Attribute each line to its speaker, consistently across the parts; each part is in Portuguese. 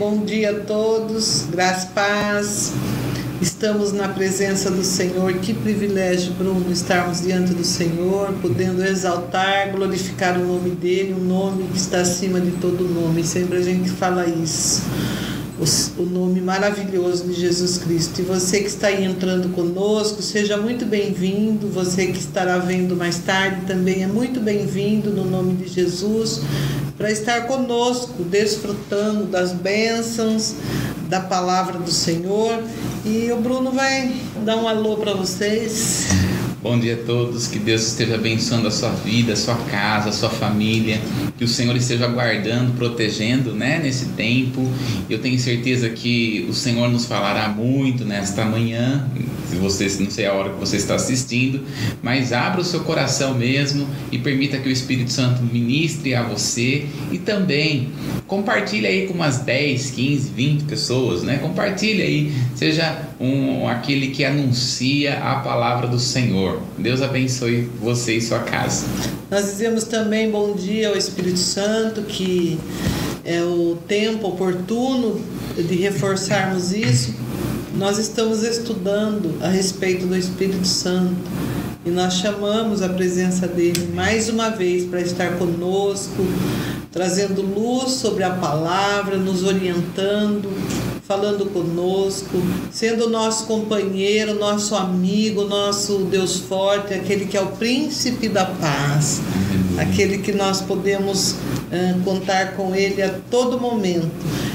Speaker 1: Bom dia a todos, graça e paz. Estamos na presença do Senhor. Que privilégio, Bruno, estarmos diante do Senhor, podendo exaltar, glorificar o nome dEle, um nome que está acima de todo nome. Sempre a gente fala isso. O nome maravilhoso de Jesus Cristo. E você que está aí entrando conosco, seja muito bem-vindo. Você que estará vendo mais tarde também é muito bem-vindo no nome de Jesus, para estar conosco, desfrutando das bênçãos da palavra do Senhor. E o Bruno vai dar um alô para vocês.
Speaker 2: Bom dia a todos, que Deus esteja abençoando a sua vida, a sua casa, a sua família, que o Senhor esteja guardando, protegendo, nesse tempo. Eu tenho certeza que o Senhor nos falará muito nesta manhã, se você, não sei a hora que você está assistindo, mas abra o seu coração mesmo e permita que o Espírito Santo ministre a você e também compartilhe aí com umas 10, 15, 20 pessoas, compartilhe aí, seja aquele que anuncia a palavra do Senhor. Deus abençoe você e sua casa.
Speaker 1: Nós dizemos também bom dia ao Espírito Santo, que é o tempo oportuno de reforçarmos isso. Nós estamos estudando a respeito do Espírito Santo e nós chamamos a presença dele mais uma vez para estar conosco, trazendo luz sobre a palavra, nos orientando, falando conosco, sendo nosso companheiro, nosso amigo, nosso Deus forte, aquele que é o príncipe da paz, aquele que nós podemos contar com ele a todo momento.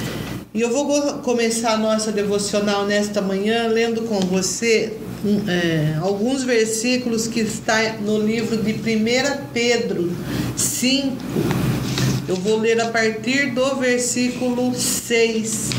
Speaker 1: E eu vou começar a nossa devocional nesta manhã lendo com você alguns versículos que está no livro de 1 Pedro 5. Eu vou ler a partir do versículo 6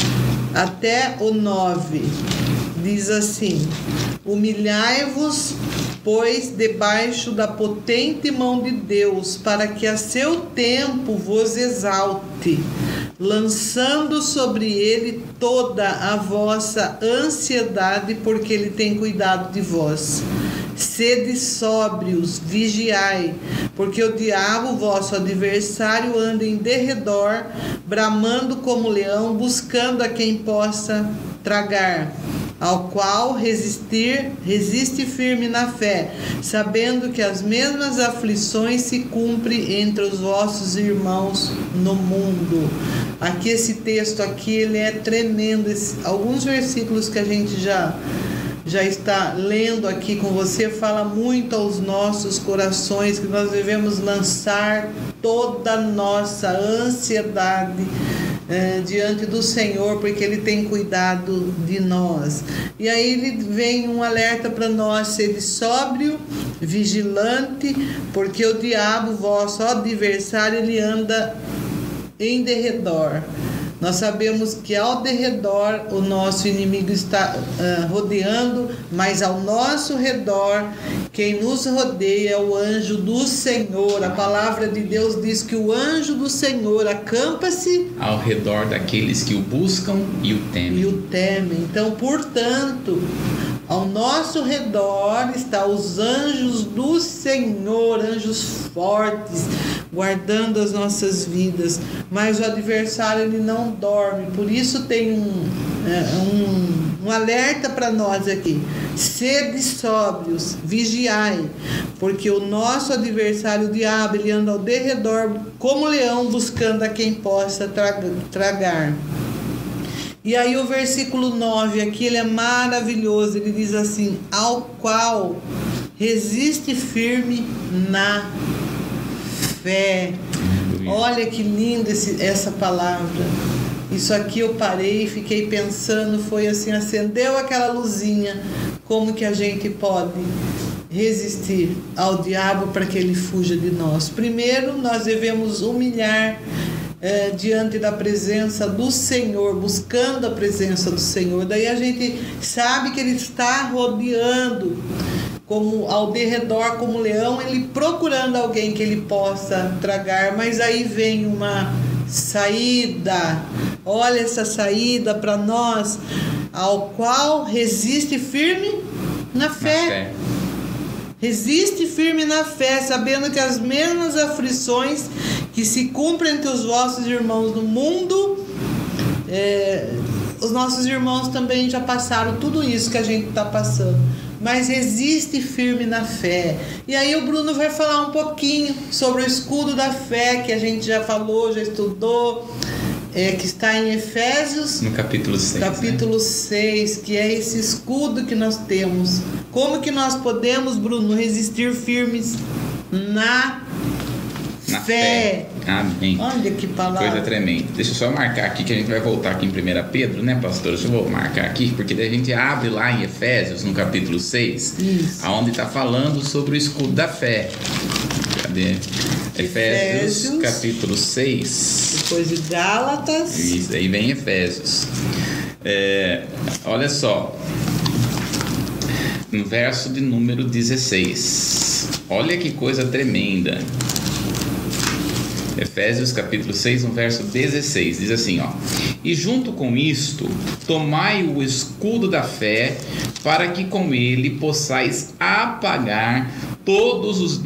Speaker 1: até o 9. Diz assim: humilhai-vos, pois, debaixo da potente mão de Deus, para que a seu tempo vos exalte, lançando sobre ele toda a vossa ansiedade, porque ele tem cuidado de vós. Sede sóbrios, vigiai, porque o diabo, vosso adversário, anda em derredor, bramando como leão, buscando a quem possa tragar, ao qual resiste firme na fé, sabendo que as mesmas aflições se cumprem entre os vossos irmãos no mundo. Aqui esse texto aqui, ele é tremendo. Alguns versículos que a gente já está lendo aqui com você, fala muito aos nossos corações, que nós devemos lançar toda a nossa ansiedade diante do Senhor, porque Ele tem cuidado de nós. E aí ele vem um alerta para nós: sede sóbrio, vigilante, porque o diabo, vosso adversário, ele anda em derredor. Nós sabemos que ao derredor o nosso inimigo está rodeando, mas ao nosso redor, quem nos rodeia é o anjo do Senhor. A palavra de Deus diz que o anjo do Senhor acampa-se
Speaker 2: ao redor daqueles que o buscam e o temem.
Speaker 1: Então, portanto, ao nosso redor estão os anjos do Senhor, anjos fortes, guardando as nossas vidas. Mas o adversário, ele não dorme. Por isso tem um alerta para nós aqui: sede sóbrios, vigiai, porque o nosso adversário, o diabo, ele anda ao derredor como leão, buscando a quem possa tragar. E aí o versículo 9 aqui, ele é maravilhoso. Ele diz assim: ao qual resiste firme na fé. Olha que linda essa palavra. Isso aqui eu parei e fiquei pensando, foi assim, acendeu aquela luzinha. Como que a gente pode resistir ao diabo para que ele fuja de nós? Primeiro, nós devemos humilhar diante da presença do Senhor, buscando a presença do Senhor. Daí a gente sabe que Ele está rodeando como ao derredor, como leão, Ele procurando alguém que Ele possa tragar. Mas aí vem uma saída. Olha essa saída para nós: ao qual resiste firme na fé. Resiste firme na fé, sabendo que as mesmas aflições que se cumprem entre os vossos irmãos no mundo Os nossos irmãos também já passaram tudo isso que a gente está passando, mas resiste firme na fé. E aí o Bruno vai falar um pouquinho sobre o escudo da fé, que a gente já falou, já estudou, que está em Efésios,
Speaker 2: no capítulo 6,
Speaker 1: capítulo 6, que é esse escudo que nós temos. Como que nós podemos, Bruno, resistir firmes na fé?
Speaker 2: Amém.
Speaker 1: Olha que palavra.
Speaker 2: Coisa tremenda. Deixa eu só marcar aqui, que a gente vai voltar aqui em 1 Pedro, né, pastor? Deixa eu vou marcar aqui, porque daí a gente abre lá em Efésios, no capítulo 6, onde está falando sobre o escudo da fé. Cadê? Efésios, capítulo 6.
Speaker 1: Depois de Gálatas.
Speaker 2: Isso, aí vem Efésios. Olha só. No verso de número 16. Olha que coisa tremenda. Efésios capítulo 6, no verso 16, diz assim, ó: e junto com isto, tomai o escudo da fé, para que com ele possais apagar todos os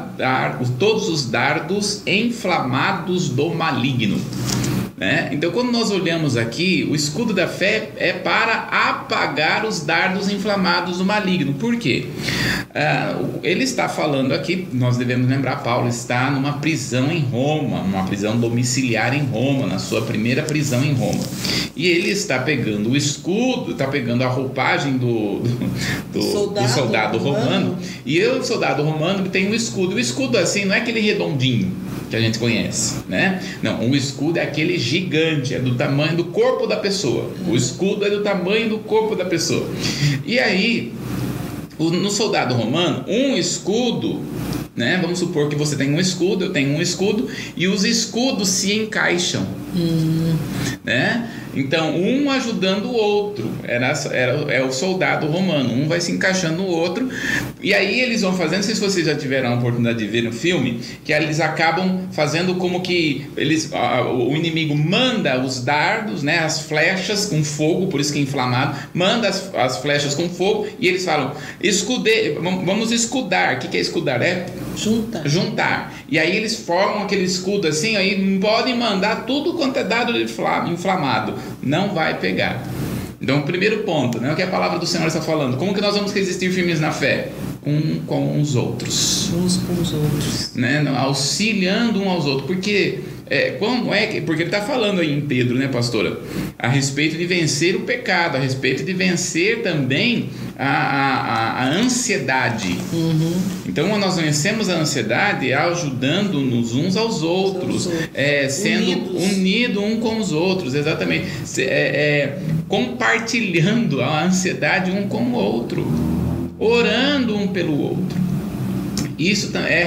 Speaker 2: dardos inflamados do maligno. Né? Então, quando nós olhamos aqui, o escudo da fé é para apagar os dardos inflamados do maligno. Por quê? Ele está falando aqui, nós devemos lembrar, Paulo está numa prisão em Roma, uma prisão domiciliar em Roma, na sua primeira prisão em Roma. E ele está pegando o escudo, está pegando a roupagem do soldado romano. E o soldado romano tem um escudo. O escudo assim não é aquele redondinho que a gente conhece, né? Não, o escudo é aquele gigante, é do tamanho do corpo da pessoa. O escudo é do tamanho do corpo da pessoa. E aí, no soldado romano, um escudo, né? Vamos supor que você tem um escudo, eu tenho um escudo, e os escudos se encaixam, né? Então, um ajudando o outro, é o soldado romano, um vai se encaixando no outro, e aí eles vão fazendo, não sei se vocês já tiveram a oportunidade de ver no filme, que eles acabam fazendo como que o inimigo manda os dardos, né, as flechas com fogo, por isso que é inflamado, manda as flechas com fogo, e eles falam, vamos escudar. O que é escudar? É juntar. E aí eles formam aquele escudo assim, aí podem mandar tudo quanto é dado inflamado, não vai pegar. Então, o primeiro ponto, né, o que a palavra do Senhor está falando, como que nós vamos resistir firmes na fé? Com os outros. Uns com os outros. Né? Auxiliando um aos outros. Porque porque ele está falando aí em Pedro, né, pastora? A respeito de vencer o pecado, a respeito de vencer também a ansiedade. Então, quando nós vencemos a ansiedade, é ajudando-nos uns aos outros, sendo unidos um com os outros, exatamente. Compartilhando a ansiedade um com o outro, orando um pelo outro. Isso é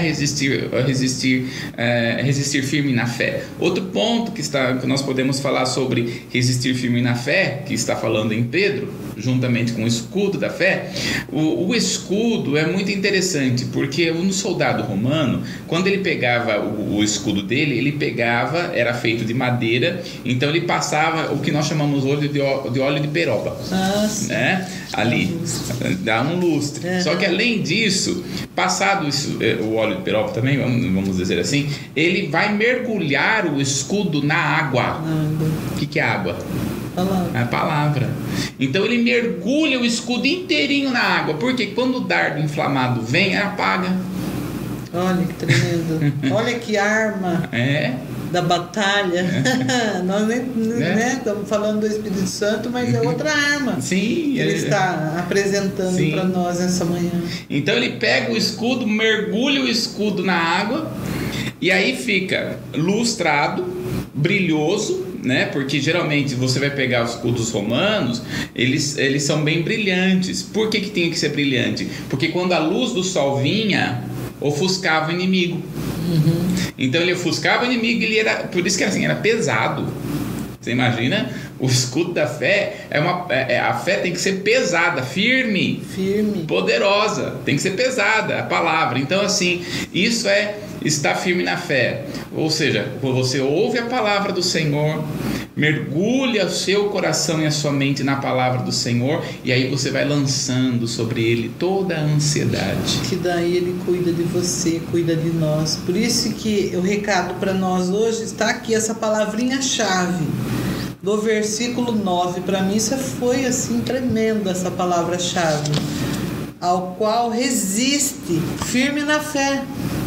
Speaker 2: resistir firme na fé. Outro ponto que nós podemos falar sobre resistir firme na fé, que está falando em Pedro, juntamente com o escudo da fé. O escudo é muito interessante, porque no soldado romano, quando ele pegava o escudo dele, era feito de madeira, então ele passava o que nós chamamos hoje de óleo de peroba, né? Ali, dá um lustre. Só que além disso, passado o óleo de peroba também, vamos dizer assim, ele vai mergulhar o escudo na água. O que é água? A palavra. Então ele mergulha o escudo inteirinho na água, porque quando o dardo inflamado vem, apaga. Olha que tremendo. Olha que arma da batalha. Nós nem estamos falando do Espírito Santo, mas é outra arma. Sim, que ele está apresentando para nós essa manhã. Então ele pega o escudo, mergulha o escudo na água, e aí fica lustrado, brilhoso, né? Porque geralmente você vai pegar os escudos romanos, eles são bem brilhantes. Por que tinha que ser brilhante? Porque quando a luz do sol vinha, ofuscava o inimigo. Então ele ofuscava o inimigo, por isso que era pesado. Você imagina? O escudo da fé a fé tem que ser pesada, firme, poderosa, tem que ser pesada a palavra. Então assim, isso está firme na fé. Ou seja, você ouve a palavra do Senhor, mergulha o seu coração e a sua mente na palavra do Senhor, e aí você vai lançando sobre ele toda a ansiedade. Que daí ele cuida de você, cuida de nós. Por isso que o recado para nós hoje está aqui, essa palavrinha-chave.
Speaker 1: do versículo 9. Para mim isso foi assim tremendo, essa palavra-chave. Ao qual resiste firme na fé.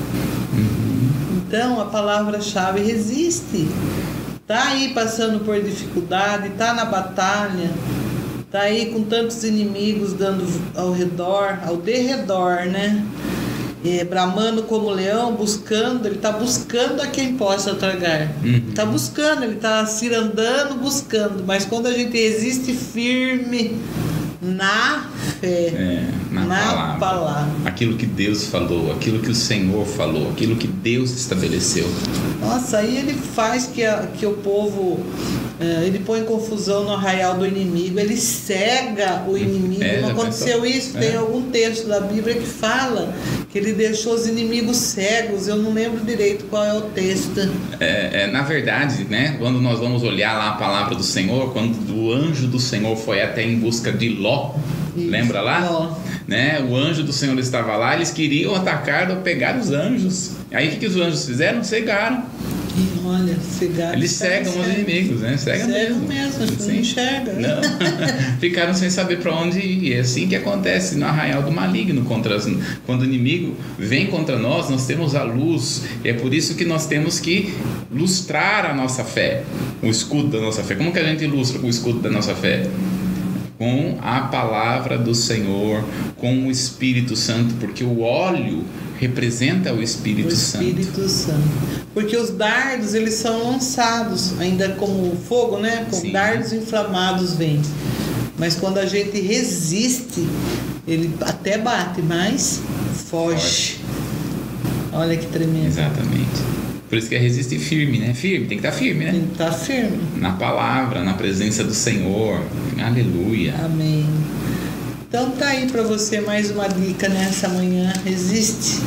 Speaker 1: Então a palavra-chave resiste. Tá aí passando por dificuldade, tá na batalha, tá aí com tantos inimigos dando ao derredor, né? Bramando como leão, buscando, ele está buscando a quem possa tragar. Está buscando, ele está cirandando, buscando. Mas quando a gente resiste firme na fé,
Speaker 2: na palavra, aquilo que Deus falou, aquilo que o Senhor falou, aquilo que Deus estabeleceu.
Speaker 1: Nossa, aí ele faz que o povo, ele põe confusão no arraial do inimigo, ele cega o inimigo. Não aconteceu isso? Tem algum texto da Bíblia que fala que ele deixou os inimigos cegos. Eu não lembro direito qual é o texto.
Speaker 2: Na verdade, né, quando nós vamos olhar lá a palavra do Senhor, quando o anjo do Senhor foi até em busca de Ló, isso, lembra lá? Ló. Né? O anjo do Senhor estava lá, eles queriam atacar ou pegar os anjos. Aí o que os anjos fizeram? Cegaram.
Speaker 1: E olha, cegaram.
Speaker 2: Eles cegam os inimigos, né? Cegam mesmo.
Speaker 1: Não enxerga.
Speaker 2: Não. Ficaram sem saber para onde ir. É assim que acontece no arraial do maligno. Quando o inimigo vem contra nós, nós temos a luz. E é por isso que nós temos que lustrar a nossa fé. O escudo da nossa fé. Como que a gente ilustra o escudo da nossa fé? Com a palavra do Senhor, com o Espírito Santo, porque o óleo representa o Espírito Santo.
Speaker 1: Porque os dardos, eles são lançados, ainda como fogo, né? Com dardos inflamados vêm. Mas quando a gente resiste, ele até bate, mas foge. Olha que tremendo.
Speaker 2: Exatamente. Por isso que é resistir firme, né? Firme, tem que estar firme, né?
Speaker 1: Tem que estar firme.
Speaker 2: Na palavra, na presença do Senhor. Aleluia.
Speaker 1: Amém. Então tá aí para você mais uma dica nessa manhã. Resiste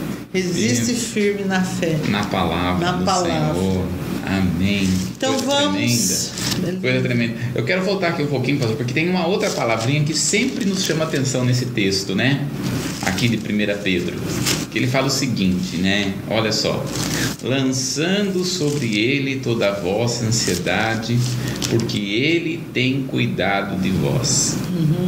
Speaker 1: firme na fé.
Speaker 2: Na palavra do Senhor. Amém.
Speaker 1: Então coisa vamos.
Speaker 2: Coisa tremenda. Eu quero voltar aqui um pouquinho, pastor, porque tem uma outra palavrinha que sempre nos chama atenção nesse texto, né? Aqui de 1 Pedro, que ele fala o seguinte, né? Olha só: lançando sobre ele toda a vossa ansiedade, porque ele tem cuidado de vós.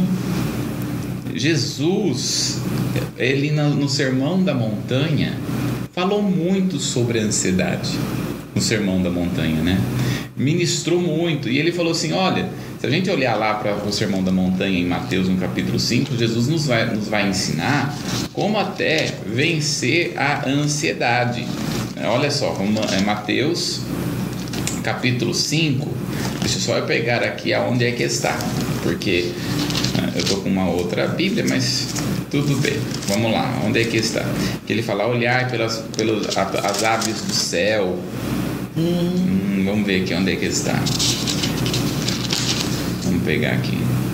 Speaker 2: Jesus, ele no Sermão da Montanha, falou muito sobre a ansiedade. No Sermão da Montanha, né? Ministrou muito. E ele falou assim: olha, se a gente olhar lá para o Sermão da Montanha em Mateus, no capítulo 5, Jesus nos vai ensinar como até vencer a ansiedade. Olha só, como é Mateus, capítulo 5. Deixa só eu pegar aqui aonde é que está, porque eu estou com uma outra Bíblia, mas tudo bem. Vamos lá, onde é que está? Que ele fala: olhar pelas as aves do céu. Vamos ver aqui onde é que está. Vamos pegar aqui.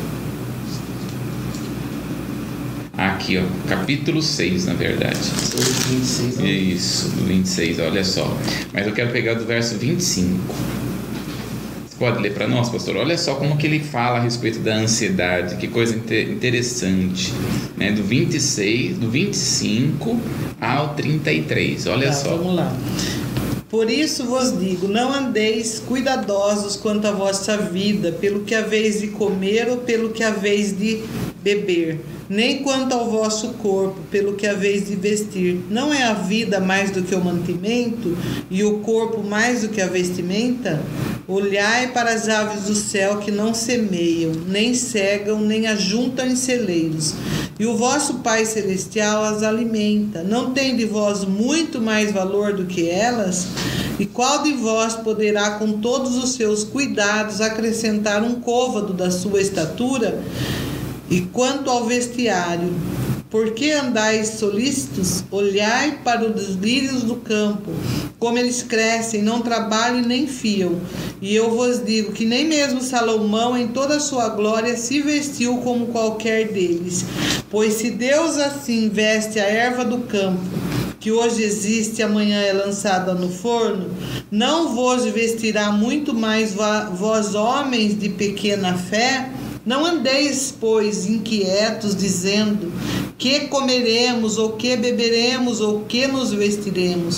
Speaker 2: Aqui, ó, capítulo 6, na verdade.
Speaker 1: 26.
Speaker 2: Isso, 26, olha só. Mas eu quero pegar do verso 25. Você pode ler para nós, pastor? Olha só como que ele fala a respeito da ansiedade. Que coisa interessante, né? Do 26, do 25 ao 33. Olha só.
Speaker 1: Vamos lá. Por isso vos digo, não andeis cuidadosos quanto à vossa vida, pelo que haveis de comer ou pelo que haveis de beber, nem quanto ao vosso corpo, pelo que haveis de vestir. Não é a vida mais do que o mantimento, e o corpo mais do que a vestimenta? Olhai para as aves do céu, que não semeiam, nem cegam, nem ajuntam em celeiros, e o vosso Pai Celestial as alimenta. Não tem de vós muito mais valor do que elas? E qual de vós poderá, com todos os seus cuidados, acrescentar um côvado da sua estatura? E quanto ao vestiário, por que andais solícitos? Olhai para os lírios do campo, como eles crescem, não trabalham nem fiam. E eu vos digo que nem mesmo Salomão, em toda a sua glória, se vestiu como qualquer deles. Pois se Deus assim veste a erva do campo, que hoje existe e amanhã é lançada no forno, não vos vestirá muito mais vós, homens de pequena fé? Não andeis, pois, inquietos, dizendo: que comeremos, ou que beberemos, ou que nos vestiremos?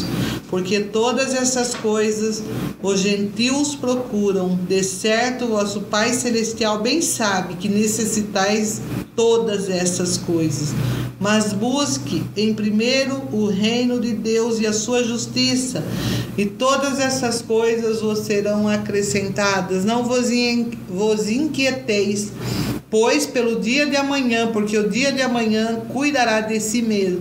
Speaker 1: porque todas essas coisas os gentios procuram. De certo, vosso Pai Celestial bem sabe que necessitais todas essas coisas. Mas busque em primeiro o reino de Deus e a sua justiça, e todas essas coisas vos serão acrescentadas. Não vos inquieteis, pois pelo dia de amanhã, porque o dia de amanhã cuidará de si mesmo.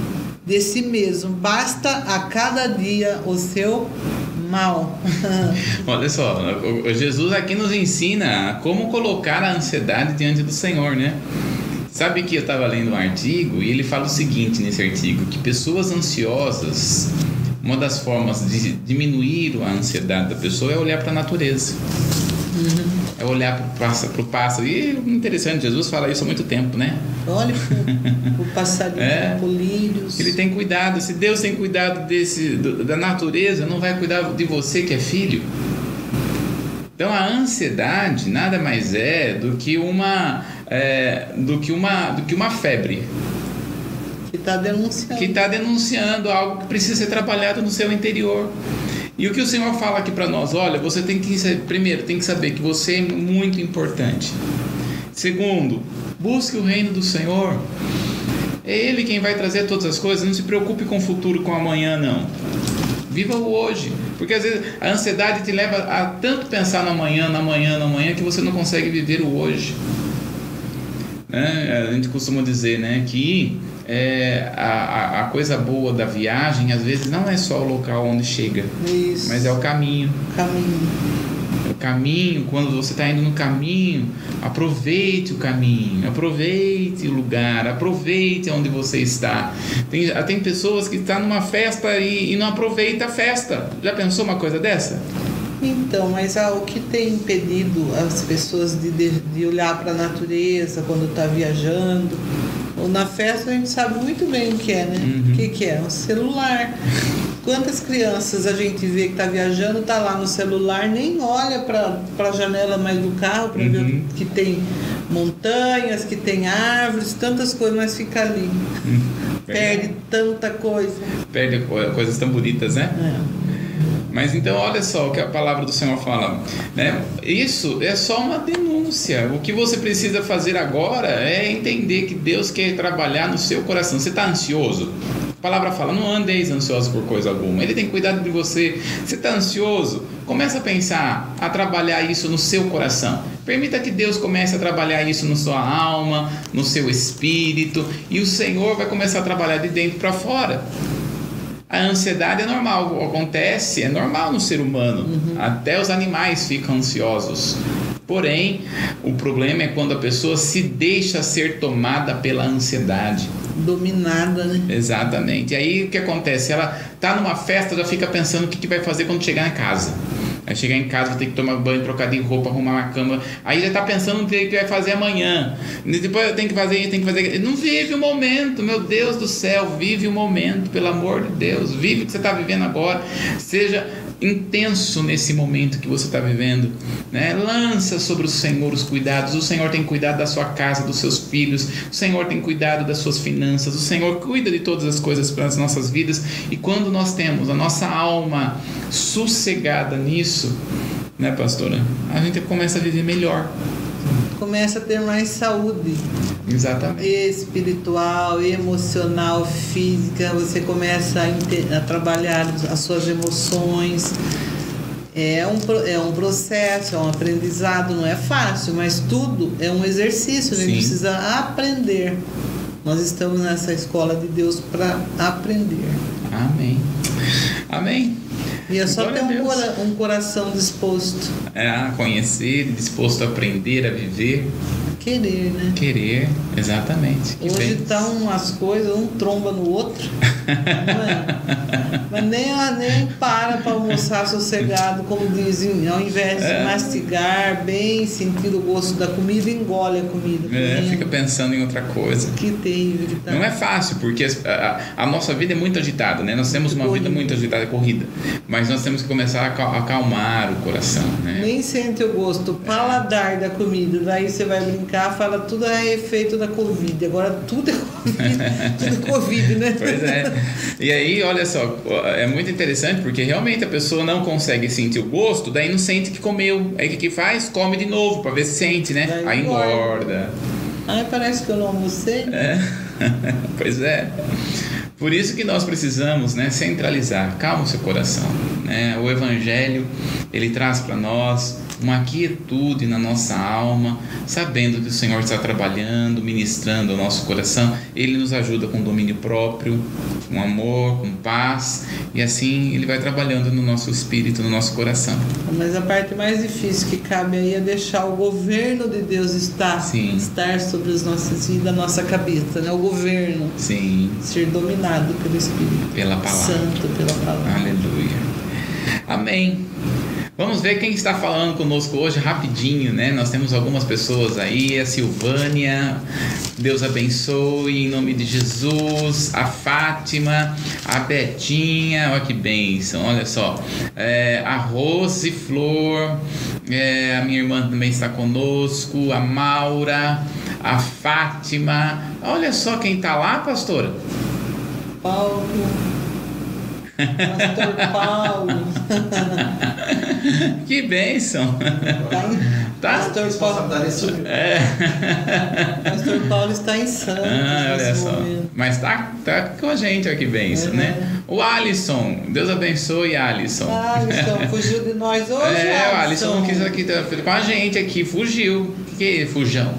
Speaker 1: Basta a cada dia o seu mal.
Speaker 2: Olha só, Jesus aqui nos ensina como colocar a ansiedade diante do Senhor, né? Sabe que eu estava lendo um artigo e ele fala o seguinte nesse artigo, que pessoas ansiosas, uma das formas de diminuir a ansiedade da pessoa é olhar para a natureza. É olhar para o pássaro. E interessante, Jesus fala isso há muito tempo, né?
Speaker 1: Olha o passarinho, o lírios.
Speaker 2: Ele tem cuidado. Se Deus tem cuidado da natureza, não vai cuidar de você que é filho? Então a ansiedade nada mais é do que uma febre
Speaker 1: que está denunciando
Speaker 2: algo que precisa ser trabalhado no seu interior. E o que o Senhor fala aqui para nós, olha, você tem que saber que você é muito importante. Segundo, busque o reino do Senhor. É Ele quem vai trazer todas as coisas. Não se preocupe com o futuro, com o amanhã, não. Viva o hoje. Porque às vezes a ansiedade te leva a tanto pensar no amanhã, que você não consegue viver o hoje. A gente costuma dizer, né, que a coisa boa da viagem às vezes não é só o local onde chega.
Speaker 1: Isso.
Speaker 2: Mas é o caminho. É o caminho. Quando você está indo no caminho, aproveite o caminho, aproveite o lugar, aproveite onde você está. Tem pessoas que estão numa festa e não aproveita a festa. Já pensou uma coisa dessa?
Speaker 1: Então, mas o que tem impedido as pessoas de olhar para a natureza quando está viajando? Ou na festa a gente sabe muito bem o que é, né? O que é? Um celular. Quantas crianças a gente vê que está viajando, está lá no celular, nem olha para a janela mais do carro para ver que tem montanhas, que tem árvores, tantas coisas, mas fica ali. Perde tanta coisa.
Speaker 2: Perde coisas tão bonitas, né? Mas então olha só o que a palavra do Senhor fala, né? Isso é só uma denúncia. O que você precisa fazer agora é entender que Deus quer trabalhar no seu coração. Você está ansioso? A palavra fala, não andeis ansiosos por coisa alguma. Ele tem cuidado de você. Você está ansioso? Começa a pensar, a trabalhar isso no seu coração. Permita que Deus comece a trabalhar isso na sua alma, no seu espírito, e o Senhor vai começar a trabalhar de dentro para fora. A ansiedade é normal, é normal no ser humano. Até os animais ficam ansiosos. Porém, o problema é quando a pessoa se deixa ser tomada pela ansiedade.
Speaker 1: Dominada, né?
Speaker 2: Exatamente. E aí o que acontece? Ela está numa festa, já fica pensando o que vai fazer quando chegar em casa. Aí chegar em casa, vai ter que tomar banho, trocar de roupa, arrumar uma cama. Aí já está pensando no que vai fazer amanhã. Depois eu tenho que fazer isso, Não vive o momento, meu Deus do céu. Vive o momento, pelo amor de Deus. Vive o que você está vivendo agora. Seja intenso nesse momento que você está vivendo, né? Lança sobre o Senhor os cuidados. O Senhor tem cuidado da sua casa, dos seus filhos. O Senhor tem cuidado das suas finanças. O Senhor cuida de todas as coisas para as nossas vidas. E quando nós temos a nossa alma sossegada nisso, né, pastora? A gente começa a viver melhor.
Speaker 1: Começa a ter mais saúde.
Speaker 2: Exatamente.
Speaker 1: Espiritual, emocional, física. Você começa a trabalhar as suas emoções. É um processo, é um aprendizado. Não é fácil, mas tudo é um exercício. A gente precisa aprender. Nós estamos nessa escola de Deus para aprender.
Speaker 2: Amém. Amém.
Speaker 1: E é só ter um coração disposto
Speaker 2: a conhecer, disposto a aprender, a viver.
Speaker 1: Querer, né?
Speaker 2: Querer, exatamente.
Speaker 1: Hoje estão umas coisas, um tromba no outro, não é? Mas nem para almoçar sossegado, como dizem, ao invés de mastigar bem, sentir o gosto da comida, engole a comida.
Speaker 2: Fica pensando em outra coisa.
Speaker 1: Que terrível que tá.
Speaker 2: Não é fácil, porque a nossa vida é muito agitada, né? Nós temos uma vida muito agitada, corrida. Mas Mas nós temos que começar a acalmar o coração, né?
Speaker 1: Nem sente o gosto, o paladar da comida. Daí você vai brincar, fala tudo é efeito da Covid. Agora tudo é Covid, tudo é Covid, né?
Speaker 2: Pois é. E aí, olha só, é muito interessante porque realmente a pessoa não consegue sentir o gosto, daí não sente que comeu. Aí o que faz? Come de novo para ver se sente, né?
Speaker 1: Daí
Speaker 2: aí engorda.
Speaker 1: Ai, parece que eu não almocei.
Speaker 2: Pois é. Por isso que nós precisamos, né, centralizar. Calma o seu coração, né? O Evangelho, ele traz para nós uma quietude na nossa alma, sabendo que o Senhor está trabalhando, ministrando o nosso coração. Ele nos ajuda com domínio próprio, com amor, com paz, e assim Ele vai trabalhando no nosso espírito, no nosso coração.
Speaker 1: Mas a parte mais difícil que cabe aí é deixar o governo de Deus estar sobre as nossas vidas, a nossa cabeça, né? O governo.
Speaker 2: Sim.
Speaker 1: Ser dominado pelo Espírito.
Speaker 2: Pela palavra.
Speaker 1: Santo, pela palavra.
Speaker 2: Aleluia. Amém. Vamos ver quem está falando conosco hoje rapidinho, né? Nós temos algumas pessoas aí, a Silvânia, Deus abençoe em nome de Jesus, a Fátima, a Betinha, olha que bênção, olha só, a Rose Flor, a minha irmã também está conosco, a Maura, a Fátima, olha só quem está lá, pastora.
Speaker 1: Paulo, Pastor Paulo.
Speaker 2: Que bênção. Tá?
Speaker 1: Pastor Paulo. Pastor Paulo está em Santos.
Speaker 2: Olha só.
Speaker 1: Momento.
Speaker 2: Mas tá com a gente, olha que bênção, né? O Alisson, Deus abençoe, Alisson.
Speaker 1: Alisson, fugiu de nós hoje,
Speaker 2: o Alisson não quis aqui com a gente aqui, fugiu. O que é fujão?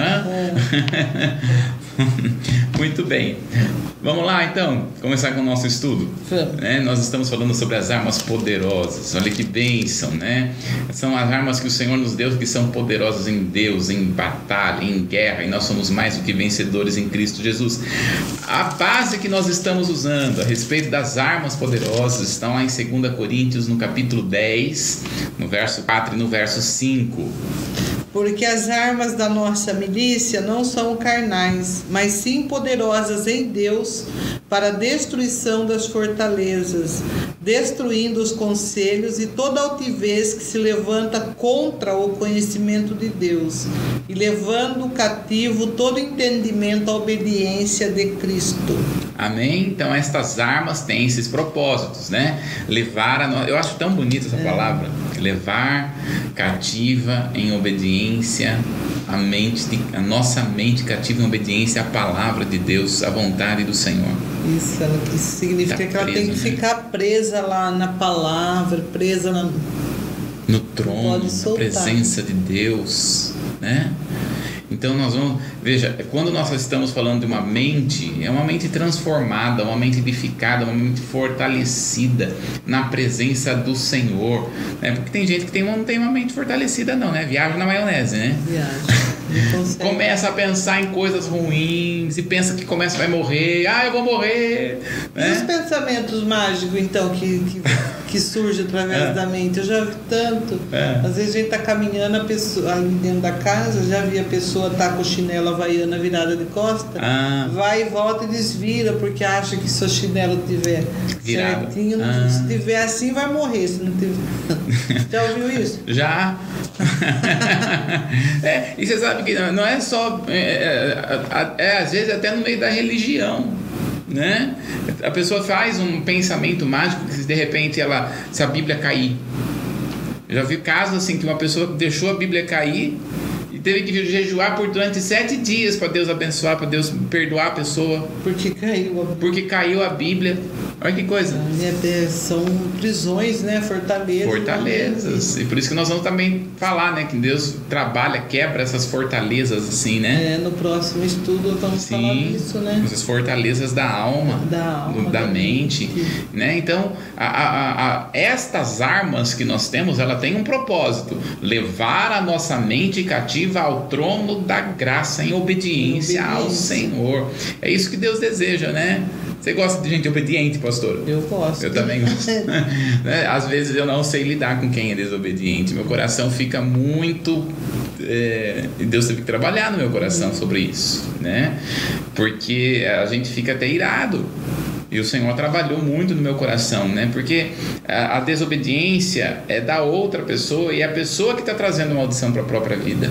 Speaker 2: Muito bem. Vamos lá então, começar com o nosso estudo. Nós estamos falando sobre as armas poderosas. Olha que bênção, né? São as armas que o Senhor nos deu, que são poderosas em Deus, em batalha, em guerra, e nós somos mais do que vencedores em Cristo Jesus. A base que nós estamos usando a respeito das armas poderosas estão lá em 2 Coríntios, no capítulo 10, no verso 4 e no verso 5.
Speaker 1: Porque as armas da nossa milícia não são carnais, mas sim poderosas em Deus para a destruição das fortalezas, destruindo os conselhos e toda altivez que se levanta contra o conhecimento de Deus, e levando cativo todo entendimento à obediência de Cristo.
Speaker 2: Amém? Então estas armas têm esses propósitos, né? Eu acho tão bonita essa palavra, levar cativa em obediência a nossa mente cativa em obediência à palavra de Deus, à vontade do Senhor.
Speaker 1: Isso significa que ela tem que ficar presa lá na palavra, presa
Speaker 2: no trono, na presença de Deus, né? Então nós vamos, veja, quando nós estamos falando de uma mente, é uma mente transformada, uma mente edificada, uma mente fortalecida na presença do Senhor, né? Porque tem gente que não tem uma mente fortalecida não, né? Viaja na maionese, né? Começa a pensar em coisas ruins e pensa que vai morrer, eu vou morrer, né?
Speaker 1: E os pensamentos mágicos então que surgem através da mente? Eu já vi tanto. Às vezes a gente tá caminhando, a pessoa ali dentro da casa, já vi a pessoa tá com o chinelo havaiana virada de costa, vai e volta e desvira porque acha que se o chinelo tiver virado certinho, se tiver assim vai morrer, se não tiver. Já ouviu isso?
Speaker 2: Já. E você sabe que não é só às vezes até no meio da religião, né? A pessoa faz um pensamento mágico que de repente se a Bíblia cair, eu já vi casos assim que uma pessoa deixou a Bíblia cair e teve que jejuar durante 7 dias para Deus abençoar, para Deus perdoar a pessoa porque caiu a Bíblia. Olha que coisa.
Speaker 1: São prisões, né? Fortalezas.
Speaker 2: E por isso que nós vamos também falar, né? Que Deus quebra essas fortalezas, assim, né?
Speaker 1: No próximo estudo vamos falar disso, né?
Speaker 2: Essas fortalezas da alma, da mente, né? Então, estas armas que nós temos, ela tem um propósito: levar a nossa mente cativa ao trono da graça em obediência ao Senhor. É isso que Deus deseja, né? Você gosta de gente obediente, pastor?
Speaker 1: Eu gosto.
Speaker 2: Eu também gosto. Às vezes eu não sei lidar com quem é desobediente. Meu coração fica muito... E Deus teve que trabalhar no meu coração sobre isso, né? Porque a gente fica até irado. E o Senhor trabalhou muito no meu coração, né? Porque a desobediência é da outra pessoa, e é a pessoa que está trazendo maldição para a própria vida,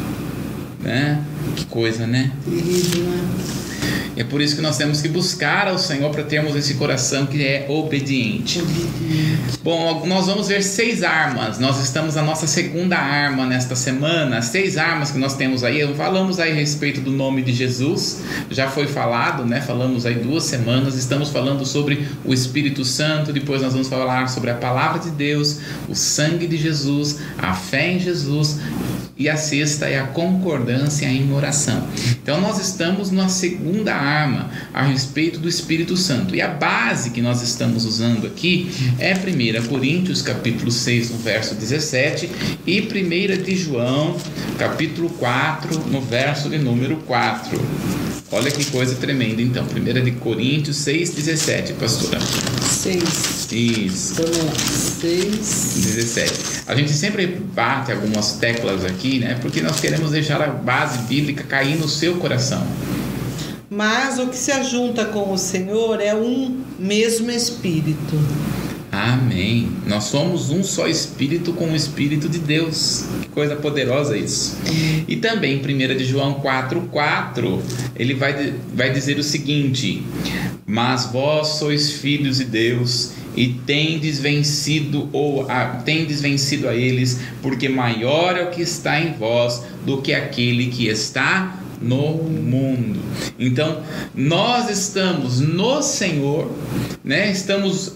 Speaker 2: né? Que coisa, né?
Speaker 1: Terrível, né?
Speaker 2: É por isso que nós temos que buscar ao Senhor para termos esse coração que é obediente. Bom, nós vamos ver 6 armas. Nós estamos na nossa segunda arma nesta semana. As 6 armas que nós temos aí. Falamos aí a respeito do nome de Jesus. Já foi falado, né? Falamos aí 2 semanas. Estamos falando sobre o Espírito Santo. Depois nós vamos falar sobre a palavra de Deus, o sangue de Jesus, a fé em Jesus. E a 6ª é a concordância em oração. Então nós estamos na segunda arma a respeito do Espírito Santo. E a base que nós estamos usando aqui é 1 Coríntios capítulo 6, no verso 17, e 1 de João capítulo 4, no verso de número 4. Olha que coisa tremenda, então. 1 de Coríntios 6, 17, pastora.
Speaker 1: 6.
Speaker 2: Isso.
Speaker 1: Vamos lá. 6.
Speaker 2: 17. A gente sempre bate algumas teclas aqui, né? Porque nós queremos deixar a base bíblica cair no seu coração.
Speaker 1: Mas o que se ajunta com o Senhor é um mesmo Espírito.
Speaker 2: Amém. Nós somos um só Espírito com o Espírito de Deus. Que coisa poderosa isso. E também 1 de João 4,4, ele vai dizer o seguinte: mas vós sois filhos de Deus e tendes vencido a eles, porque maior é o que está em vós do que aquele que está no mundo. Então nós estamos no Senhor, né? Estamos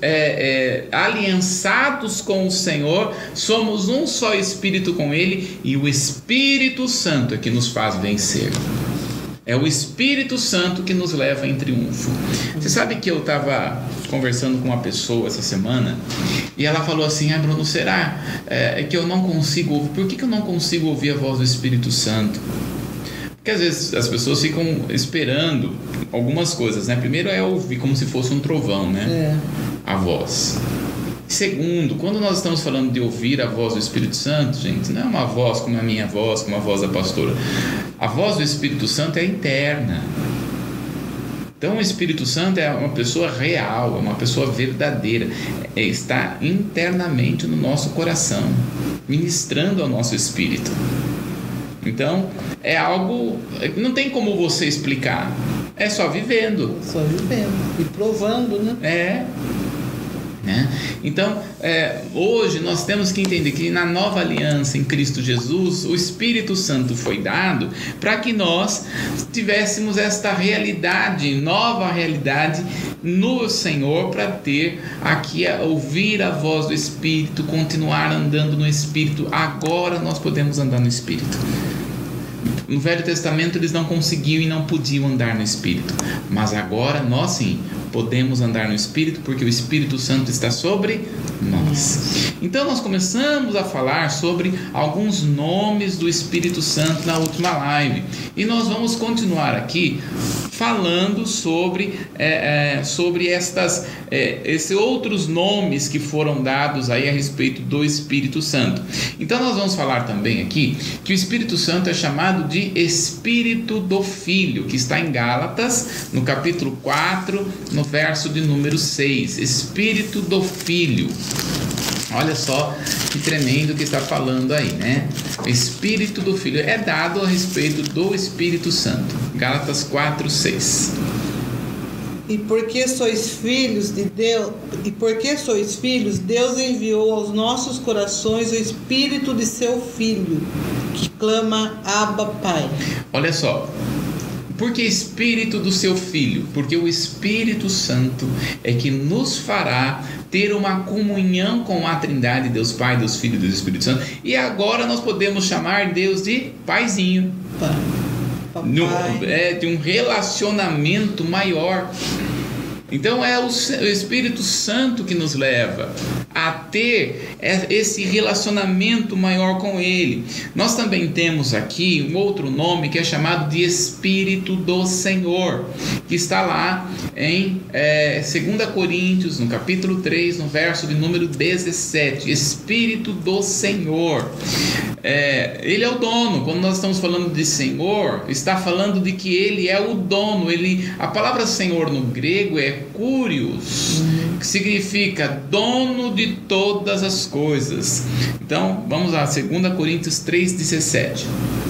Speaker 2: aliançados com o Senhor, somos um só Espírito com Ele, e o Espírito Santo é que nos faz vencer. É o Espírito Santo que nos leva em triunfo. Você sabe que eu estava conversando com uma pessoa essa semana e ela falou assim: Bruno, será que eu não consigo ouvir? Por que eu não consigo ouvir a voz do Espírito Santo? Porque às vezes as pessoas ficam esperando algumas coisas, né? Primeiro é ouvir como se fosse um trovão, né? A voz. Segundo, quando nós estamos falando de ouvir a voz do Espírito Santo, gente, não é uma voz como a minha voz, como a voz da pastora. A voz do Espírito Santo é interna. Então o Espírito Santo é uma pessoa real, é uma pessoa verdadeira, está internamente no nosso coração, ministrando ao nosso espírito. Então é algo, não tem como você explicar, é só vivendo.
Speaker 1: Só vivendo e provando, né?
Speaker 2: Então, hoje nós temos que entender que na nova aliança em Cristo Jesus, o Espírito Santo foi dado para que nós tivéssemos esta realidade, nova realidade no Senhor, para ter aqui, ouvir a voz do Espírito, continuar andando no Espírito. Agora nós podemos andar no Espírito. No Velho Testamento eles não conseguiam e não podiam andar no Espírito, mas agora nós sim podemos andar no Espírito, porque o Espírito Santo está sobre nós. Então nós começamos a falar sobre alguns nomes do Espírito Santo na última live, e nós vamos continuar aqui falando sobre esses outros nomes que foram dados aí a respeito do Espírito Santo. Então nós vamos falar também aqui que o Espírito Santo é chamado de Espírito do Filho, que está em Gálatas, no capítulo 4, no verso de número 6. Espírito do Filho. Olha só que tremendo que está falando aí, né? Espírito do Filho é dado a respeito do Espírito Santo. Gálatas 4, 6.
Speaker 1: E porque sois filhos de Deus, Deus enviou aos nossos corações o Espírito de seu Filho, que clama Abba, Pai.
Speaker 2: Olha só. Por que Espírito do seu Filho? Porque o Espírito Santo é que nos fará ter uma comunhão com a Trindade, Deus Pai, Deus Filho e Deus Espírito Santo. E agora nós podemos chamar Deus de Paizinho. De um relacionamento maior. Então é o Espírito Santo que nos leva a ter esse relacionamento maior com Ele. Nós também temos aqui um outro nome que é chamado de Espírito do Senhor, que está lá em 2 Coríntios, no capítulo 3, no verso de número 17. Espírito do Senhor. Ele é o dono. Quando nós estamos falando de Senhor, está falando de que Ele é o dono. A palavra Senhor no grego é Kyrios, que significa dono de todas as coisas. Então, vamos lá, 2 Coríntios 3,17.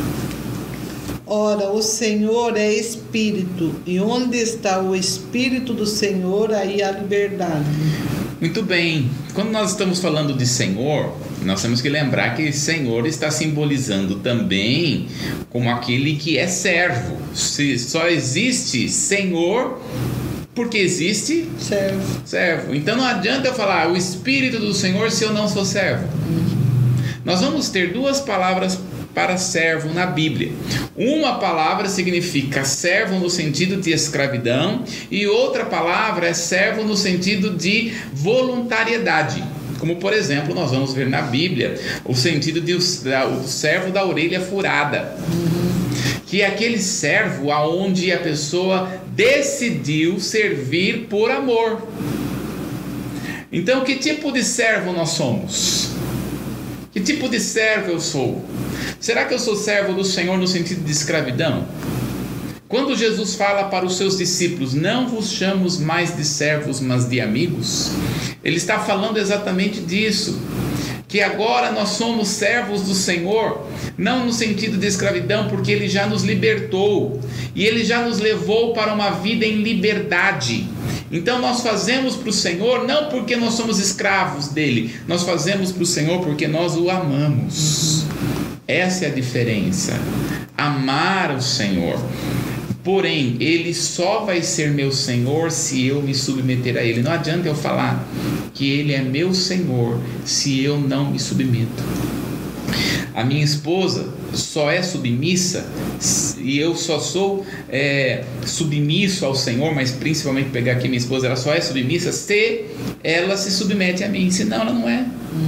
Speaker 1: Ora, o Senhor é Espírito, e onde está o Espírito do Senhor, aí há liberdade.
Speaker 2: Muito bem. Quando nós estamos falando de Senhor, nós temos que lembrar que Senhor está simbolizando também como aquele que é servo. Só existe Senhor porque existe servo. Então não adianta eu falar o Espírito do Senhor se eu não sou servo. Nós vamos ter duas palavras para servo na Bíblia. Uma palavra significa servo no sentido de escravidão e outra palavra é servo no sentido de voluntariedade. Como, por exemplo, nós vamos ver na Bíblia o sentido de o servo da orelha furada, que é aquele servo aonde a pessoa decidiu servir por amor. Então, que tipo de servo nós somos? Que tipo de servo eu sou? Será que eu sou servo do Senhor no sentido de escravidão? Quando Jesus fala para os seus discípulos, não vos chamo mais de servos, mas de amigos, ele está falando exatamente disso, que agora nós somos servos do Senhor, não no sentido de escravidão, porque Ele já nos libertou, e Ele já nos levou para uma vida em liberdade. Então nós fazemos para o Senhor, não porque nós somos escravos dEle, nós fazemos para o Senhor porque nós o amamos. Essa é a diferença, amar o Senhor. Porém, Ele só vai ser meu Senhor se eu me submeter a Ele. Não adianta eu falar que Ele é meu Senhor se eu não me submeto. A minha esposa só é submissa e eu só sou submisso ao Senhor, mas principalmente pegar aqui minha esposa, ela só é submissa se ela se submete a mim, senão ela não é.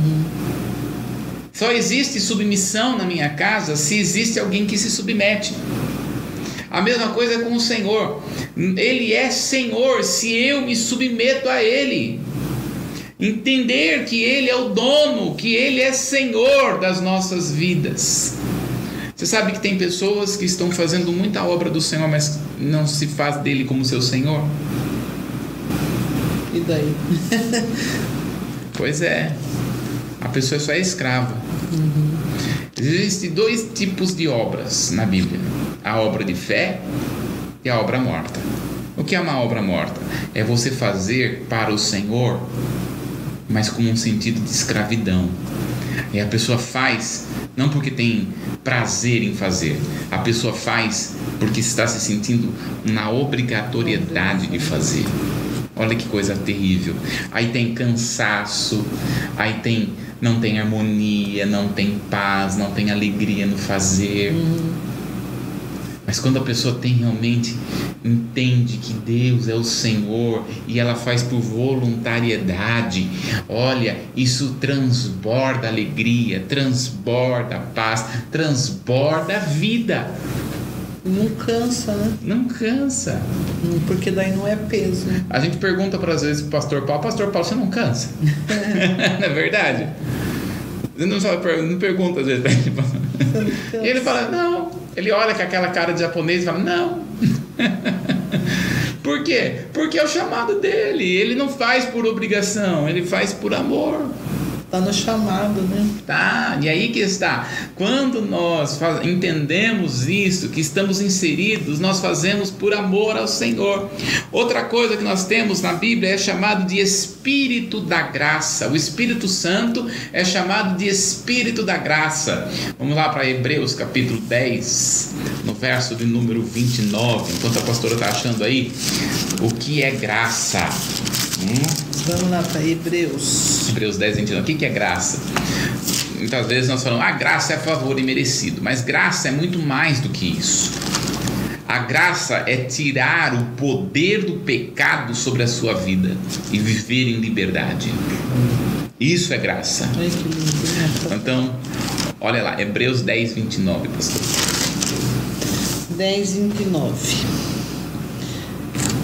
Speaker 2: Só existe submissão na minha casa se existe alguém que se submete. A mesma coisa com o Senhor. Ele é Senhor se eu me submeto a Ele. Entender que Ele é o dono, que Ele é Senhor das nossas vidas. Você sabe que tem pessoas que estão fazendo muita obra do Senhor, mas não se faz dele como seu Senhor?
Speaker 1: E daí?
Speaker 2: Pois é. A pessoa só é escrava. Existem dois tipos de obras na Bíblia: a obra de fé e a obra morta. O que é uma obra morta? É você fazer para o Senhor, mas com um sentido de escravidão. E a pessoa faz não porque tem prazer em fazer, a pessoa faz porque está se sentindo na obrigatoriedade de fazer. Olha que coisa terrível. Aí tem cansaço, aí não tem harmonia, não tem paz, não tem alegria no fazer. Mas quando a pessoa realmente entende que Deus é o Senhor e ela faz por voluntariedade, olha, isso transborda alegria, transborda paz, transborda vida.
Speaker 1: Não cansa, né?
Speaker 2: Não cansa.
Speaker 1: Porque daí não é peso.
Speaker 2: A gente pergunta às vezes pro Pastor Paulo, você não cansa? Não é verdade? Não pergunta às vezes. E ele fala, não. Ele olha com aquela cara de japonês e fala, não. Por quê? Porque é o chamado dele. Ele não faz por obrigação, ele faz por amor.
Speaker 1: Está no chamado, né?
Speaker 2: Tá, e aí que está. Quando nós entendemos isso, que estamos inseridos, nós fazemos por amor ao Senhor. Outra coisa que nós temos na Bíblia é chamado de Espírito da Graça. O Espírito Santo é chamado de Espírito da Graça. Vamos lá para Hebreus capítulo 10, no verso de número 29. Enquanto a pastora está achando aí, o que é graça?
Speaker 1: Vamos lá para Hebreus
Speaker 2: 10, 29. O que é graça? Muitas vezes nós falamos, graça é favor imerecido, mas graça é muito mais do que isso. A graça é tirar o poder do pecado sobre a sua vida e viver em liberdade. Isso é graça.
Speaker 1: Ai, que lindo.
Speaker 2: Então, olha lá, Hebreus 10, 29, pastor.
Speaker 1: 10, 29.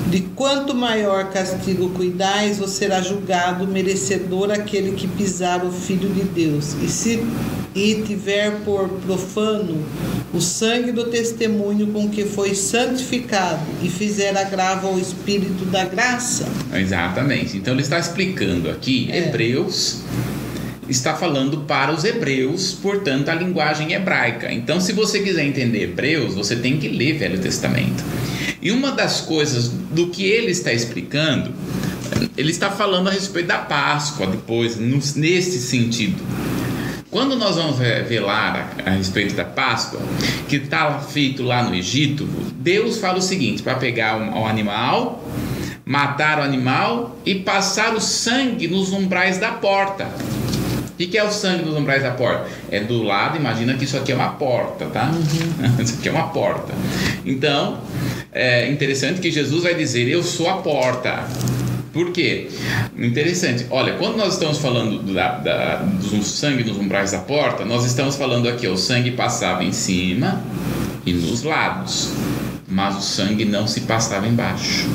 Speaker 1: De quanto maior castigo cuidais, você será julgado merecedor aquele que pisar o Filho de Deus. E tiver por profano o sangue do testemunho com que foi santificado e fizer agravo ao Espírito da graça.
Speaker 2: Exatamente. Então ele está explicando aqui, Hebreus, está falando para os hebreus, portanto a linguagem hebraica. Então se você quiser entender Hebreus, você tem que ler Velho Testamento. E uma das coisas do que ele está explicando, ele está falando a respeito da Páscoa, depois, nesse sentido. Quando nós vamos revelar a respeito da Páscoa, que está feito lá no Egito, Deus fala o seguinte, para pegar o animal, matar o animal e passar o sangue nos umbrais da porta. O que é o sangue nos umbrais da porta? É do lado, imagina que isso aqui é uma porta, tá? Isso aqui é uma porta. Então, é interessante que Jesus vai dizer, eu sou a porta. Por quê? Interessante. Olha, quando nós estamos falando do sangue nos umbrais da porta, nós estamos falando aqui, o sangue passava em cima e nos lados, mas o sangue não se passava embaixo.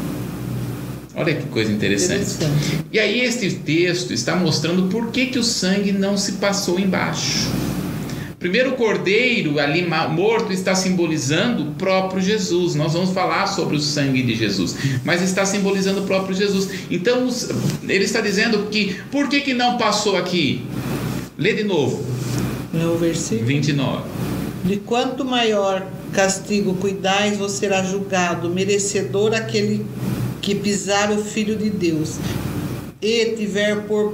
Speaker 2: Olha que coisa interessante. E aí este texto está mostrando por que o sangue não se passou embaixo. Primeiro, o cordeiro ali morto está simbolizando o próprio Jesus. Nós vamos falar sobre o sangue de Jesus, mas está simbolizando o próprio Jesus. Então ele está dizendo que por que não passou aqui? Lê de novo.
Speaker 1: No versículo
Speaker 2: 29.
Speaker 1: De quanto maior castigo cuidais, você será julgado merecedor aquele que pisar o Filho de Deus e tiver por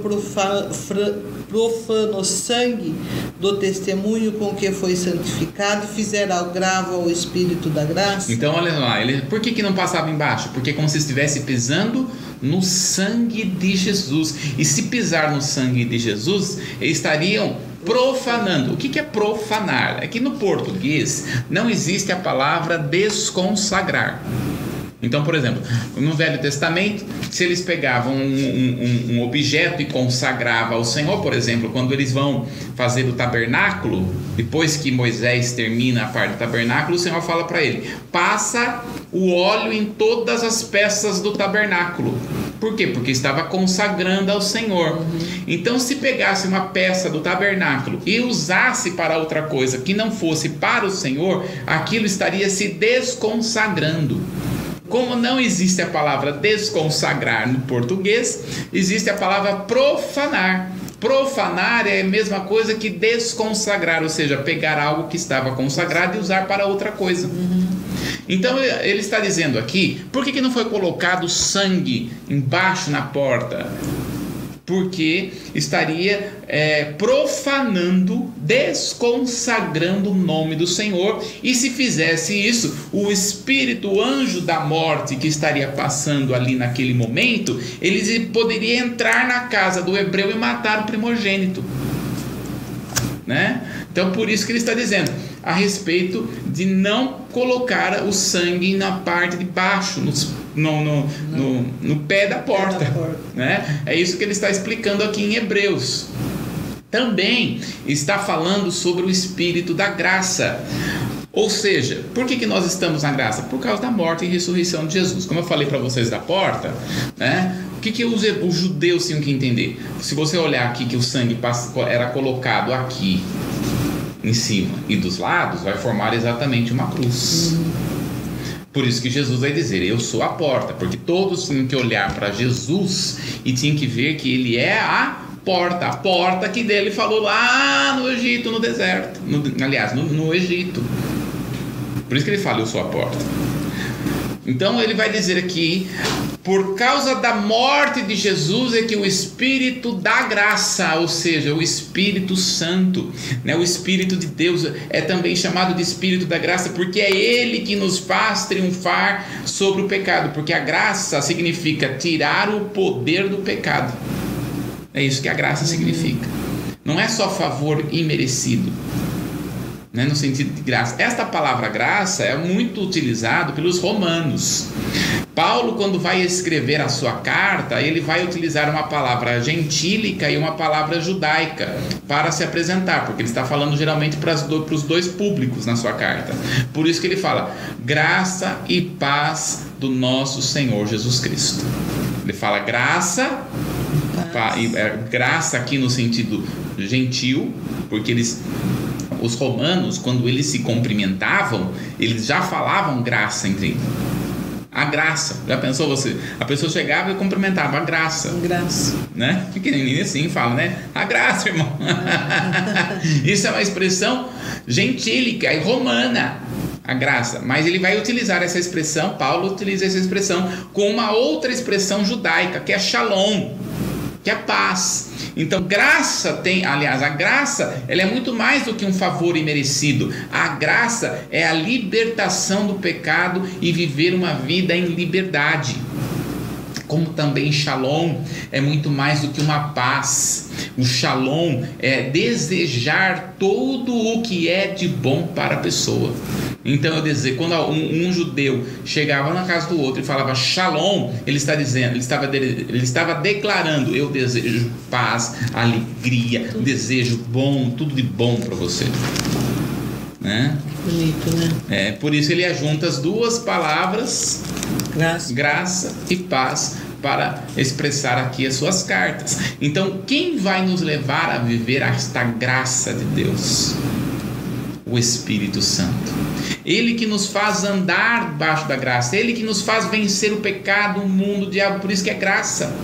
Speaker 1: profano sangue do testemunho com que foi santificado, fizer agravo ao Espírito da graça.
Speaker 2: Então olha lá, por que não passava embaixo? Porque como se estivesse pisando no sangue de Jesus, e se pisar no sangue de Jesus, eles estariam profanando. O que é profanar? É que no português não existe a palavra desconsagrar. Então, por exemplo, no Velho Testamento, se eles pegavam um objeto e consagravam ao Senhor, por exemplo, quando eles vão fazer o tabernáculo, depois que Moisés termina a parte do tabernáculo, o Senhor fala para ele, passa o óleo em todas as peças do tabernáculo. Por quê? Porque estava consagrando ao Senhor. Então, se pegasse uma peça do tabernáculo e usasse para outra coisa que não fosse para o Senhor, aquilo estaria se desconsagrando. Como não existe a palavra desconsagrar no português, existe a palavra profanar. Profanar é a mesma coisa que desconsagrar, ou seja, pegar algo que estava consagrado e usar para outra coisa. Então ele está dizendo aqui, por que não foi colocado sangue embaixo na porta? Porque estaria profanando, desconsagrando o nome do Senhor, e se fizesse isso, o espírito, o anjo da morte que estaria passando ali naquele momento, ele poderia entrar na casa do hebreu e matar o primogênito, né? Então por isso que ele está dizendo a respeito de não colocar o sangue na parte de baixo, no pé da porta, né? É isso que ele está explicando aqui em Hebreus. Também está falando sobre o Espírito da graça. Ou seja, por que nós estamos na graça? Por causa da morte e ressurreição de Jesus. Como eu falei para vocês da porta, né? O que os judeus tinham que entender? Se você olhar aqui que o sangue era colocado aqui em cima e dos lados, vai formar exatamente uma cruz. Por isso que Jesus vai dizer, eu sou a porta, porque todos tinham que olhar para Jesus e tinham que ver que ele é a porta que dele falou lá no Egito, no deserto, no Egito. Por isso que ele fala, eu sou a porta. Então ele vai dizer aqui, por causa da morte de Jesus é que o Espírito da graça, ou seja, o Espírito Santo, né, o Espírito de Deus é também chamado de Espírito da graça, porque é Ele que nos faz triunfar sobre o pecado, porque a graça significa tirar o poder do pecado. É isso que a graça significa. Não é só favor imerecido. né, no sentido de graça. Esta palavra graça é muito utilizado pelos romanos. Paulo, quando vai escrever a sua carta, ele vai utilizar uma palavra gentílica e uma palavra judaica para se apresentar, porque ele está falando geralmente para os dois públicos na sua carta. Por isso que ele fala graça e paz do nosso Senhor Jesus Cristo. Ele fala graça, graça aqui no sentido gentil, porque os romanos, quando eles se cumprimentavam, eles já falavam graça entre eles. A graça, já pensou você? A pessoa chegava e cumprimentava, a graça.
Speaker 1: Graça.
Speaker 2: Né? Pequenininho assim fala, né? A graça, irmão. Isso é uma expressão gentílica e romana, a graça. Mas ele vai utilizar essa expressão, Paulo utiliza essa expressão com uma outra expressão judaica, que é shalom, que é paz. Então, a graça, ela é muito mais do que um favor imerecido. A graça é a libertação do pecado e viver uma vida em liberdade. Como também shalom é muito mais do que uma paz. O shalom é desejar tudo o que é de bom para a pessoa. Então, eu dizer, quando um judeu chegava na casa do outro e falava shalom, ele estava declarando: eu desejo paz, alegria, desejo bom, tudo de bom para você. Né?
Speaker 1: Bonito, né?
Speaker 2: Por isso ele ajunta as duas palavras, graça e paz, para expressar aqui as suas cartas. Então, quem vai nos levar a viver esta graça de Deus? O Espírito Santo. Ele que nos faz andar debaixo da graça, Ele que nos faz vencer o pecado, o mundo, o diabo. Por isso que é graça.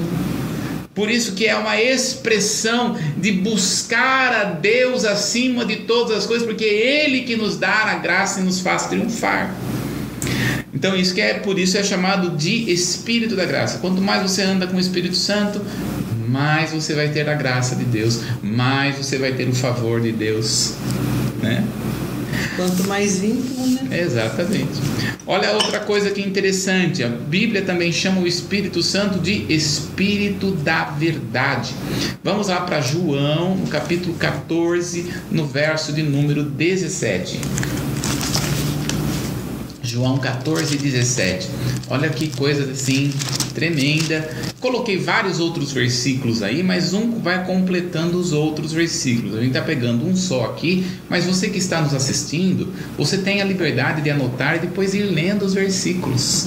Speaker 2: Por isso que é uma expressão de buscar a Deus acima de todas as coisas, porque é Ele que nos dá a graça e nos faz triunfar. Então por isso é chamado de Espírito da Graça. Quanto mais você anda com o Espírito Santo, mais você vai ter a graça de Deus, mais você vai ter o favor de Deus, né?
Speaker 1: Quanto mais íntimo, né?
Speaker 2: Exatamente. Olha outra coisa que é interessante, a Bíblia também chama o Espírito Santo de Espírito da Verdade. Vamos lá para João, no capítulo 14, no verso de número 17. João 14, 17. Olha que coisa assim tremenda. Coloquei vários outros versículos aí, mas um vai completando os outros versículos. A gente está pegando um só aqui, mas você que está nos assistindo, você tem a liberdade de anotar e depois ir lendo os versículos.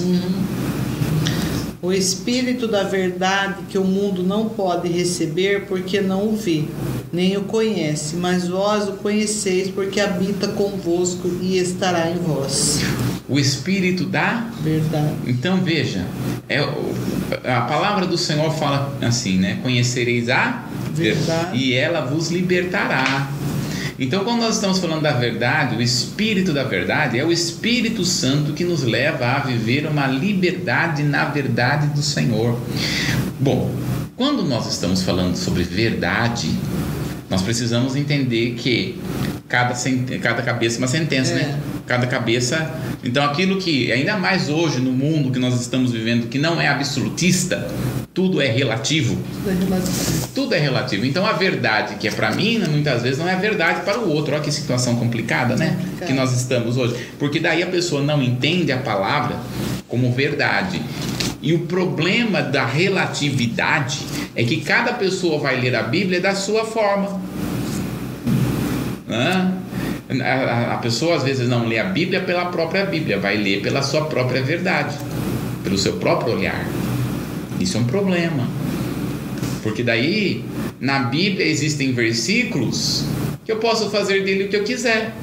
Speaker 1: O Espírito da Verdade, que o mundo não pode receber porque não o vê, nem o conhece, mas vós o conheceis porque habita convosco e estará em vós.
Speaker 2: O Espírito da
Speaker 1: Verdade.
Speaker 2: Então veja, a palavra do Senhor fala assim, né? Conhecereis a verdade e ela vos libertará. Então, quando nós estamos falando da verdade, o Espírito da Verdade é o Espírito Santo que nos leva a viver uma liberdade na verdade do Senhor. Bom, quando nós estamos falando sobre verdade, nós precisamos entender que cada cabeça é uma sentença, né? Cada cabeça. Então, aquilo que, ainda mais hoje no mundo que nós estamos vivendo, que não é absolutista, tudo é relativo. Tudo é relativo. Então, a verdade que é para mim, muitas vezes não é verdade para o outro. Olha que situação complicada, né? Que nós estamos hoje. Porque daí a pessoa não entende a palavra como verdade. E o problema da relatividade é que cada pessoa vai ler a Bíblia da sua forma. A pessoa às vezes não lê a Bíblia pela própria Bíblia, vai ler pela sua própria verdade, pelo seu próprio olhar. Isso é um problema, porque daí na Bíblia existem versículos que eu posso fazer dele o que eu quiser,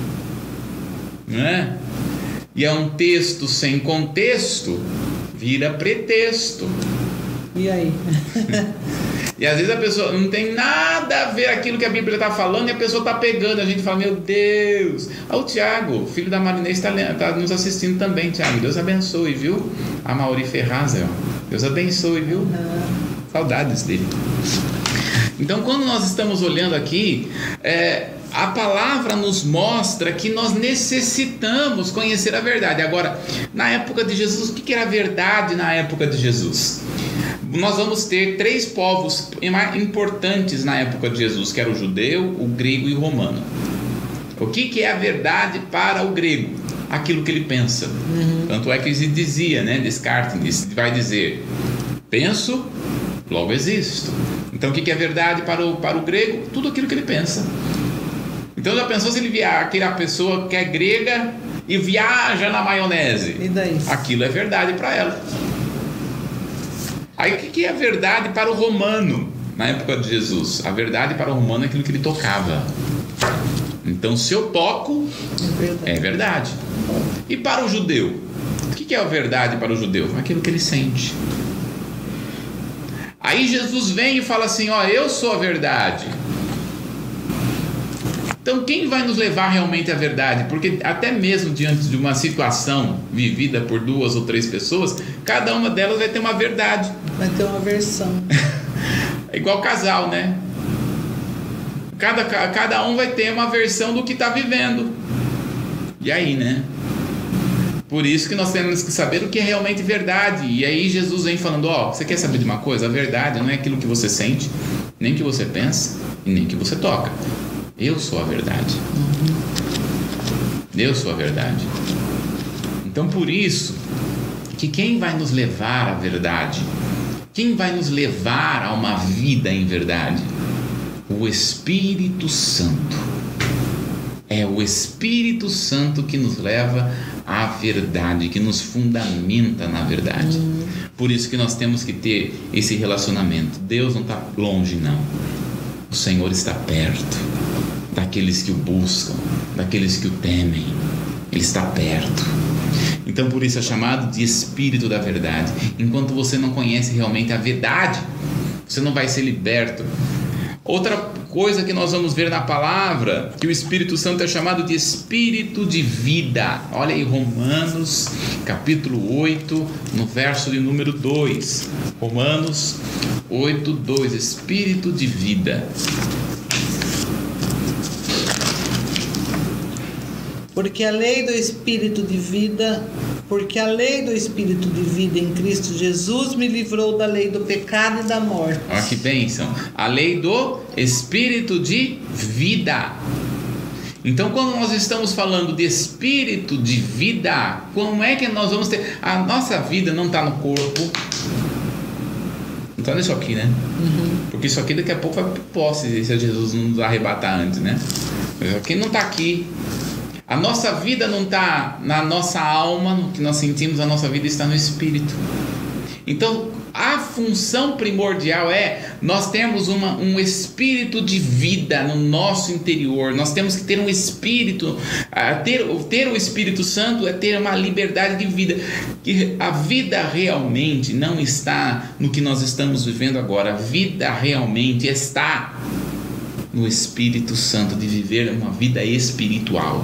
Speaker 2: né? E é um texto sem contexto, vira pretexto.
Speaker 1: E aí?
Speaker 2: E às vezes a pessoa não tem nada a ver aquilo que a Bíblia está falando e a pessoa está pegando. A gente fala, meu Deus. O Tiago, filho da Marinês, está nos assistindo também, Tiago. Deus abençoe, viu? A Mauri Ferraz, Deus abençoe, viu? Saudades dele. Então, quando nós estamos olhando aqui, a palavra nos mostra que nós necessitamos conhecer a verdade. Agora, na época de Jesus, o que era a verdade na época de Jesus? Nós vamos ter 3 povos importantes na época de Jesus, que era o judeu, o grego e o romano. O que é a verdade para o grego? Aquilo que ele pensa. Tanto é que ele dizia, né? Descartes vai dizer: penso, logo existo. Então o que é verdade para o grego? Tudo aquilo que ele pensa. Então já pensou se ele viaja, aquela pessoa que é grega e viaja na maionese?
Speaker 1: E daí?
Speaker 2: Aquilo é verdade para ela. Aí o que é verdade para o romano na época de Jesus? A verdade para o romano é aquilo que ele tocava. Então se eu toco, é verdade. E para o judeu? O que é a verdade para o judeu? Aquilo que ele sente. Aí Jesus vem e fala assim: ó, eu sou a verdade. Então quem vai nos levar realmente à verdade? Porque até mesmo diante de uma situação vivida por 2 ou 3 pessoas, cada uma delas vai ter uma verdade.
Speaker 1: Vai ter uma versão.
Speaker 2: É igual casal, né? Cada um vai ter uma versão do que está vivendo. E aí, né? Por isso que nós temos que saber o que é realmente verdade. E aí Jesus vem falando: ó, você quer saber de uma coisa? A verdade não é aquilo que você sente, nem que você pensa e nem que você toca. Eu sou a verdade. Eu sou a verdade. Então por isso que quem vai nos levar à verdade, quem vai nos levar a uma vida em verdade? O Espírito Santo. É o Espírito Santo que nos leva à verdade, que nos fundamenta na verdade. Por isso que nós temos que ter esse relacionamento. Deus não está longe, não. O Senhor está perto daqueles que o buscam, daqueles que o temem. Ele está perto. Então por isso é chamado de Espírito da verdade. Enquanto você não conhece realmente a verdade, você não vai ser liberto. Outra coisa que nós vamos ver na palavra, que o Espírito Santo é chamado de Espírito de vida. Olha aí, Romanos capítulo 8, no verso de número 2. Romanos 8, 2, Espírito de vida.
Speaker 1: Porque a lei do Espírito de vida em Cristo Jesus me livrou da lei do pecado e da morte.
Speaker 2: Olha que bênção. A lei do Espírito de vida. Então quando nós estamos falando de Espírito de vida, como é que nós vamos ter? A nossa vida não está no corpo. Não está nisso aqui, né? Porque isso aqui daqui a pouco vai para posse, se Jesus não nos arrebatar antes, né? Isso aqui não está aqui. A nossa vida não está na nossa alma, no que nós sentimos, a nossa vida está no Espírito. Então, a função primordial é nós termos um espírito de vida no nosso interior. Nós temos que ter um espírito. Ter o Espírito Santo é ter uma liberdade de vida. Que a vida realmente não está no que nós estamos vivendo agora. A vida realmente está no Espírito Santo, de viver uma vida espiritual,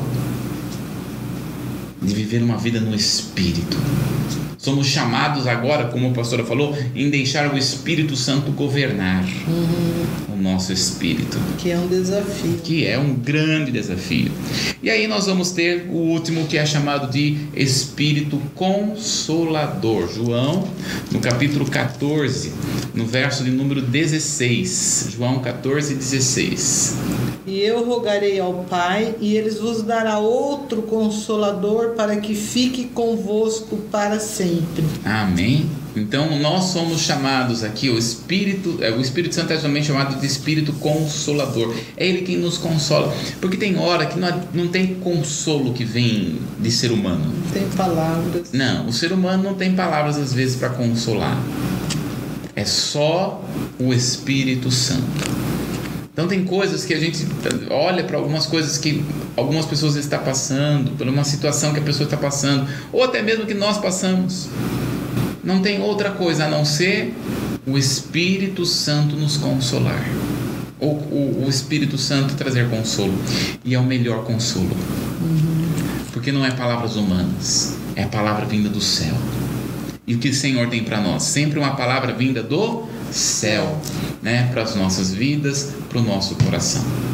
Speaker 2: de viver uma vida no Espírito. Somos chamados agora, como a pastora falou, em deixar o Espírito Santo governar o nosso espírito.
Speaker 1: Que é um desafio.
Speaker 2: Que é um grande desafio. E aí nós vamos ter o último, que é chamado de Espírito Consolador. João, no capítulo 14, no verso de número 16. João 14, 16.
Speaker 1: E eu rogarei ao Pai, e Ele vos dará outro Consolador, para que fique convosco para sempre.
Speaker 2: Amém? Então nós somos chamados aqui, o Espírito Santo é também chamado de Espírito Consolador. É Ele quem nos consola. Porque tem hora que não tem consolo que vem de ser humano.
Speaker 1: Não tem palavras.
Speaker 2: Não, o ser humano não tem palavras às vezes para consolar. É só o Espírito Santo. Então tem coisas que a gente olha para algumas coisas que algumas pessoas estão passando, por uma situação que a pessoa está passando, ou até mesmo que nós passamos. Não tem outra coisa a não ser o Espírito Santo nos consolar. Ou o Espírito Santo trazer consolo. E é o melhor consolo. Porque não é palavras humanas, é a palavra vinda do céu. E o que o Senhor tem para nós? Sempre uma palavra vinda do céu, né? Para as nossas vidas, para o nosso coração.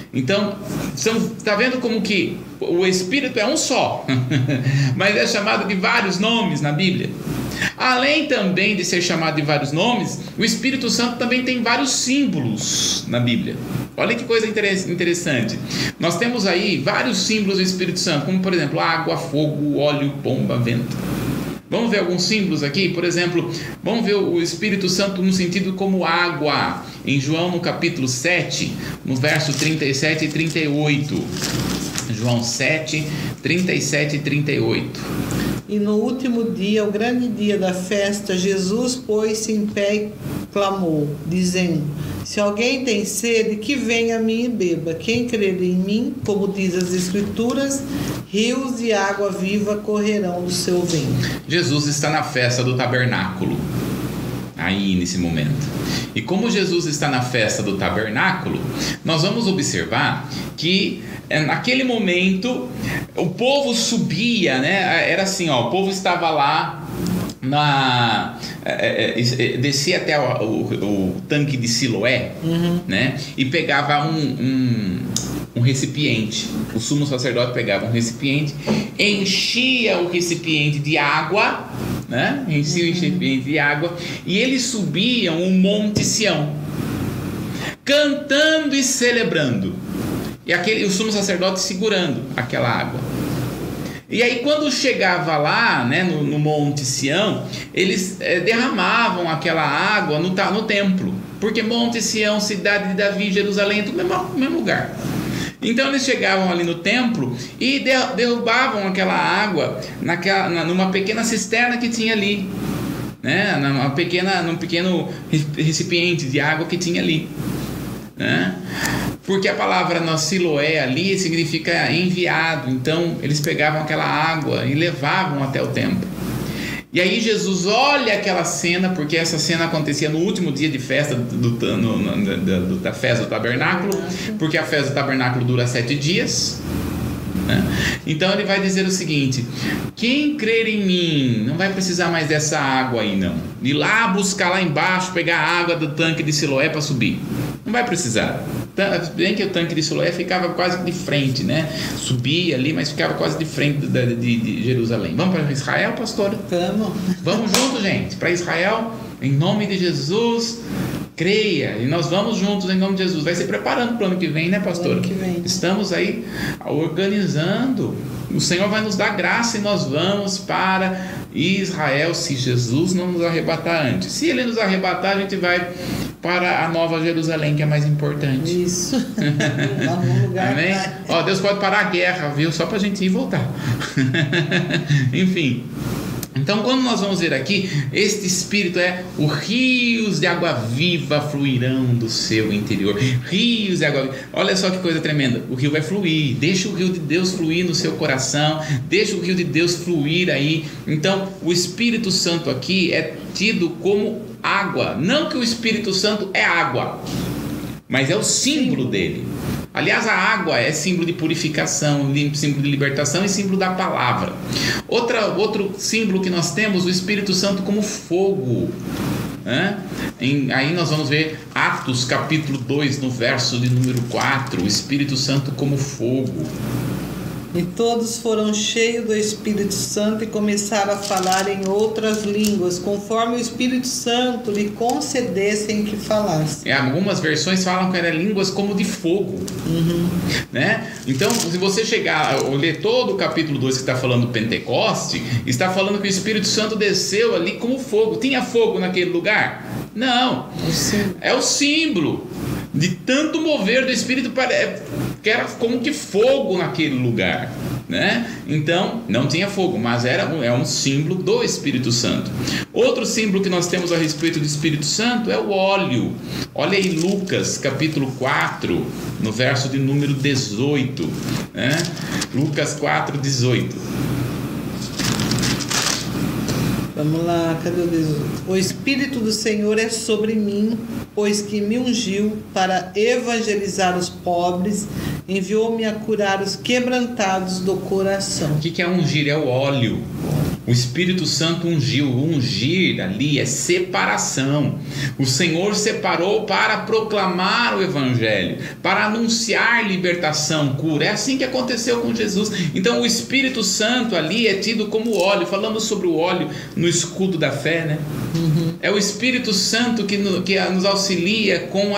Speaker 2: Então, está vendo como que o Espírito é um só, mas é chamado de vários nomes na Bíblia. Além também de ser chamado de vários nomes, o Espírito Santo também tem vários símbolos na Bíblia. Olha que coisa interessante. Nós temos aí vários símbolos do Espírito Santo, como por exemplo, água, fogo, óleo, pomba, vento. Vamos ver alguns símbolos aqui? Por exemplo, vamos ver o Espírito Santo no sentido como água. Em João, no capítulo 7, no verso 37 e 38. João 7, 37 e 38.
Speaker 1: E no último dia, o grande dia da festa, Jesus pôs-se em pé e clamou, dizendo: se alguém tem sede, que venha a mim e beba. Quem crer em mim, como diz as Escrituras, rios de água viva correrão do seu ventre.
Speaker 2: Jesus está na festa do tabernáculo, aí nesse momento. E como Jesus está na festa do tabernáculo, nós vamos observar que naquele momento o povo subia, né? Era assim, ó, o povo estava lá descia até o tanque de Siloé, né? E pegava um recipiente. O sumo sacerdote pegava um recipiente, enchia o recipiente de água, né? Enchia o recipiente de água, e eles subiam o Monte Sião, cantando e celebrando. E o sumo sacerdote segurando aquela água. E aí quando chegava lá, né, no Monte Sião, eles derramavam aquela água no templo. Porque Monte Sião, cidade de Davi, Jerusalém, tudo no mesmo lugar. Então eles chegavam ali no templo e derrubavam aquela água numa pequena cisterna que tinha ali, né, num pequeno recipiente de água que tinha ali, né? Porque a palavra Siloé ali significa enviado. Então eles pegavam aquela água e levavam até o templo. E aí Jesus olha aquela cena, porque essa cena acontecia no último dia de festa da festa do tabernáculo, porque a festa do tabernáculo dura 7 dias, né? Então ele vai dizer o seguinte: quem crer em mim não vai precisar mais dessa água aí não, ir lá buscar lá embaixo, pegar a água do tanque de Siloé para subir, não vai precisar. Bem que o tanque de Siloé ficava quase de frente, né? Subia ali, mas ficava quase de frente de Jerusalém. Vamos para Israel, pastor? Vamos juntos, gente, para Israel, em nome de Jesus. Creia, e nós vamos juntos em nome de Jesus. Vai se preparando para o ano que vem, né, pastor?
Speaker 1: Ano que vem.
Speaker 2: Estamos aí organizando. O Senhor vai nos dar graça e nós vamos para Israel, se Jesus não nos arrebatar antes. Se Ele nos arrebatar, a gente vai para a Nova Jerusalém, que é mais importante.
Speaker 1: Isso. Lá lugar.
Speaker 2: Amém? Ó, Deus pode parar a guerra, viu? Só para a gente ir e voltar. Enfim. Então, quando nós vamos ver aqui, este Espírito os rios de água viva fluirão do seu interior. Rios de água viva. Olha só que coisa tremenda. O rio vai fluir. Deixa o rio de Deus fluir no seu coração. Deixa o rio de Deus fluir aí. Então, o Espírito Santo aqui é tido como água. Não que o Espírito Santo é água, mas é o símbolo dele. Aliás, a água é símbolo de purificação, símbolo de libertação e símbolo da palavra. Outro símbolo que nós temos, o Espírito Santo como fogo, né? Aí nós vamos ver Atos capítulo 2, no verso de número 4, o Espírito Santo como fogo.
Speaker 1: E todos foram cheios do Espírito Santo e começaram a falar em outras línguas, conforme o Espírito Santo lhe concedessem que falasse.
Speaker 2: Algumas versões falam que eram línguas como de fogo, né? Então, se você chegar a ler todo o capítulo 2 que está falando do Pentecoste, está falando que o Espírito Santo desceu ali como fogo. Tinha fogo naquele lugar? Não. É o símbolo de tanto mover do Espírito, que era como que fogo naquele lugar, né? Então não tinha fogo, mas é um símbolo do Espírito Santo. Outro símbolo que nós temos a respeito do Espírito Santo é o óleo. Olha aí Lucas capítulo 4, no verso de número 18, né? Lucas 4, 18.
Speaker 1: Vamos lá, cadê o 18? O Espírito do Senhor é sobre mim, pois que me ungiu para evangelizar os pobres, enviou-me a curar os quebrantados do coração.
Speaker 2: O que é ungir? É o óleo. O Espírito Santo ungiu. Ungir ali é separação. O Senhor separou para proclamar o Evangelho, para anunciar libertação, cura. É assim que aconteceu com Jesus. Então o Espírito Santo ali é tido como óleo. Falamos sobre o óleo no escudo da fé, né? É o Espírito Santo que nos auxilia com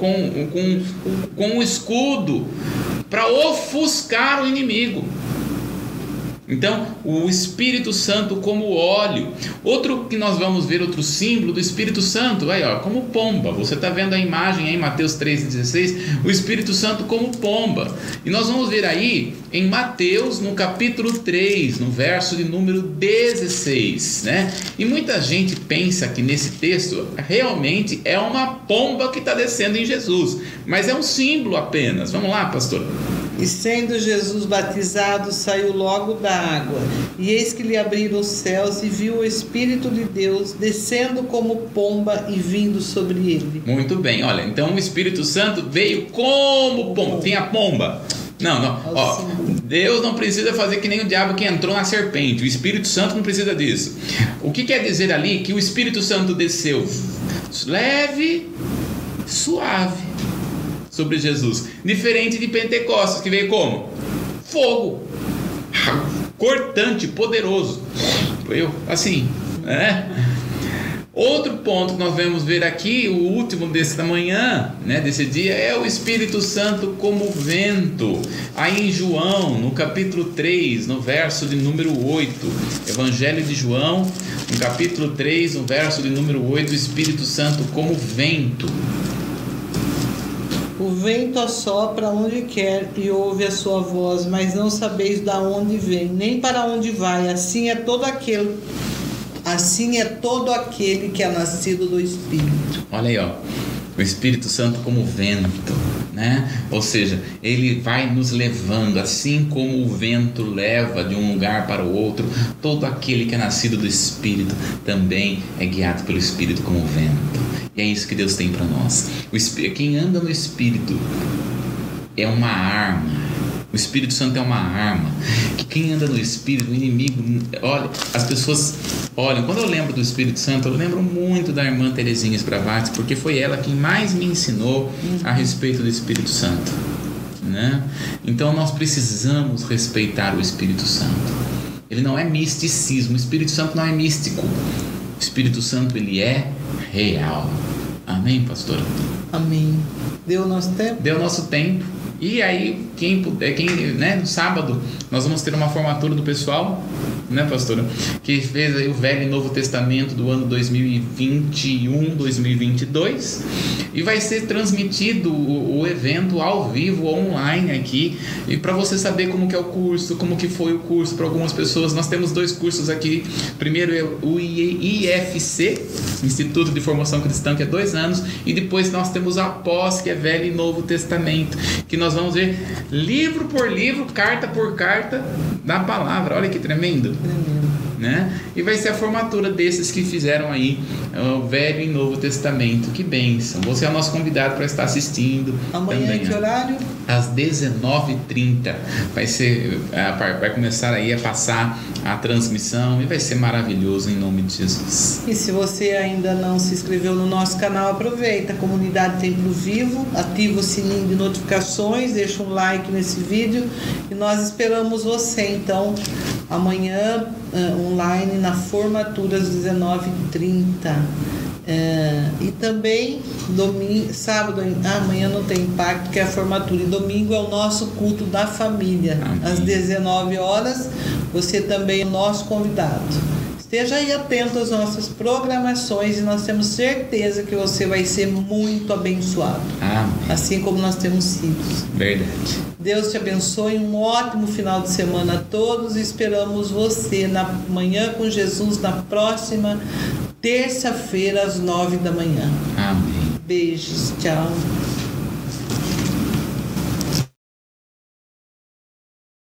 Speaker 2: o escudo para ofuscar o inimigo. Então, o Espírito Santo como óleo. Outro que nós vamos ver, outro símbolo do Espírito Santo, aí, ó, como pomba. Você está vendo a imagem aí em Mateus 3,16, o Espírito Santo como pomba. E nós vamos ver aí em Mateus, no capítulo 3, no verso de número 16, né? E muita gente pensa que nesse texto realmente é uma pomba que está descendo em Jesus, mas é um símbolo apenas. Vamos lá, pastor?
Speaker 1: E sendo Jesus batizado, saiu logo da água. E eis que lhe abriram os céus, e viu o Espírito de Deus descendo como pomba e vindo sobre ele.
Speaker 2: Muito bem, olha, então o Espírito Santo veio como pomba. Tem a pomba. Não. Ó, Deus não precisa fazer que nem o diabo que entrou na serpente. O Espírito Santo não precisa disso. O que quer dizer ali? Que o Espírito Santo desceu leve, suave sobre Jesus, diferente de Pentecostes, que veio como? Fogo, cortante, poderoso. Assim, né? Outro ponto que nós vamos ver aqui, o último desse da manhã, né, desse dia, é o Espírito Santo como vento. Aí em João, no capítulo 3, no verso de número 8, Evangelho de João, no capítulo 3, no verso de número 8, o Espírito Santo como vento.
Speaker 1: O vento assopra onde quer e ouve a sua voz, mas não sabeis de onde vem, nem para onde vai. Assim é todo aquele que é nascido do Espírito.
Speaker 2: Olha aí, ó, o Espírito Santo como vento, né? Ou seja, ele vai nos levando, assim como o vento leva de um lugar para o outro. Todo aquele que é nascido do Espírito também é guiado pelo Espírito como vento. E é isso que Deus tem para nós. Quem anda no Espírito é uma arma. O Espírito Santo é uma arma. Quem anda no Espírito, o inimigo, olha, as pessoas olham. Quando eu lembro do Espírito Santo, eu lembro muito da irmã Terezinha Spravatsky, porque foi ela quem mais me ensinou a respeito do Espírito Santo, né? Então nós precisamos respeitar o Espírito Santo. Ele não é misticismo. O Espírito Santo não é místico. O Espírito Santo, ele é real. Amém, pastora?
Speaker 1: Amém. Deu o nosso tempo?
Speaker 2: Deu o nosso tempo. E aí, quem puder, né, no sábado, nós vamos ter uma formatura do pessoal, né, pastora? Que fez aí o Velho e Novo Testamento do ano 2021, 2022. E vai ser transmitido o evento ao vivo, online aqui. E para você saber como que é o curso, como que foi o curso para algumas pessoas, nós temos 2 cursos aqui. Primeiro é o IFC, Instituto de Formação Cristã, que é 2 anos. E depois nós temos a pós, que é Velho e Novo Testamento, que nós vamos ver livro por livro, carta por carta da palavra. Olha que tremendo, né? E vai ser a formatura desses que fizeram aí o Velho e Novo Testamento. Que bênção. Você é o nosso convidado para estar assistindo.
Speaker 1: Amanhã
Speaker 2: também,
Speaker 1: que horário?
Speaker 2: Às 19h30 vai começar aí a passar a transmissão e vai ser maravilhoso em nome de Jesus.
Speaker 1: E se você ainda não se inscreveu no nosso canal, aproveita, Comunidade Templo Vivo, ativa o sininho de notificações, deixa um like nesse vídeo e nós esperamos você então amanhã online na formatura às 19h30. E também sábado, amanhã não tem impacto, que é a formatura, e domingo é o nosso culto da família. Amém. Às 19 horas, você também é o nosso convidado. Esteja aí atento às nossas programações e nós temos certeza que você vai ser muito abençoado.
Speaker 2: Amém.
Speaker 1: Assim como nós temos sido.
Speaker 2: Verdade.
Speaker 1: Deus te abençoe, um ótimo final de semana a todos e esperamos você na Manhã com Jesus na próxima terça-feira às 9 da manhã.
Speaker 2: Amém.
Speaker 1: Beijos, tchau.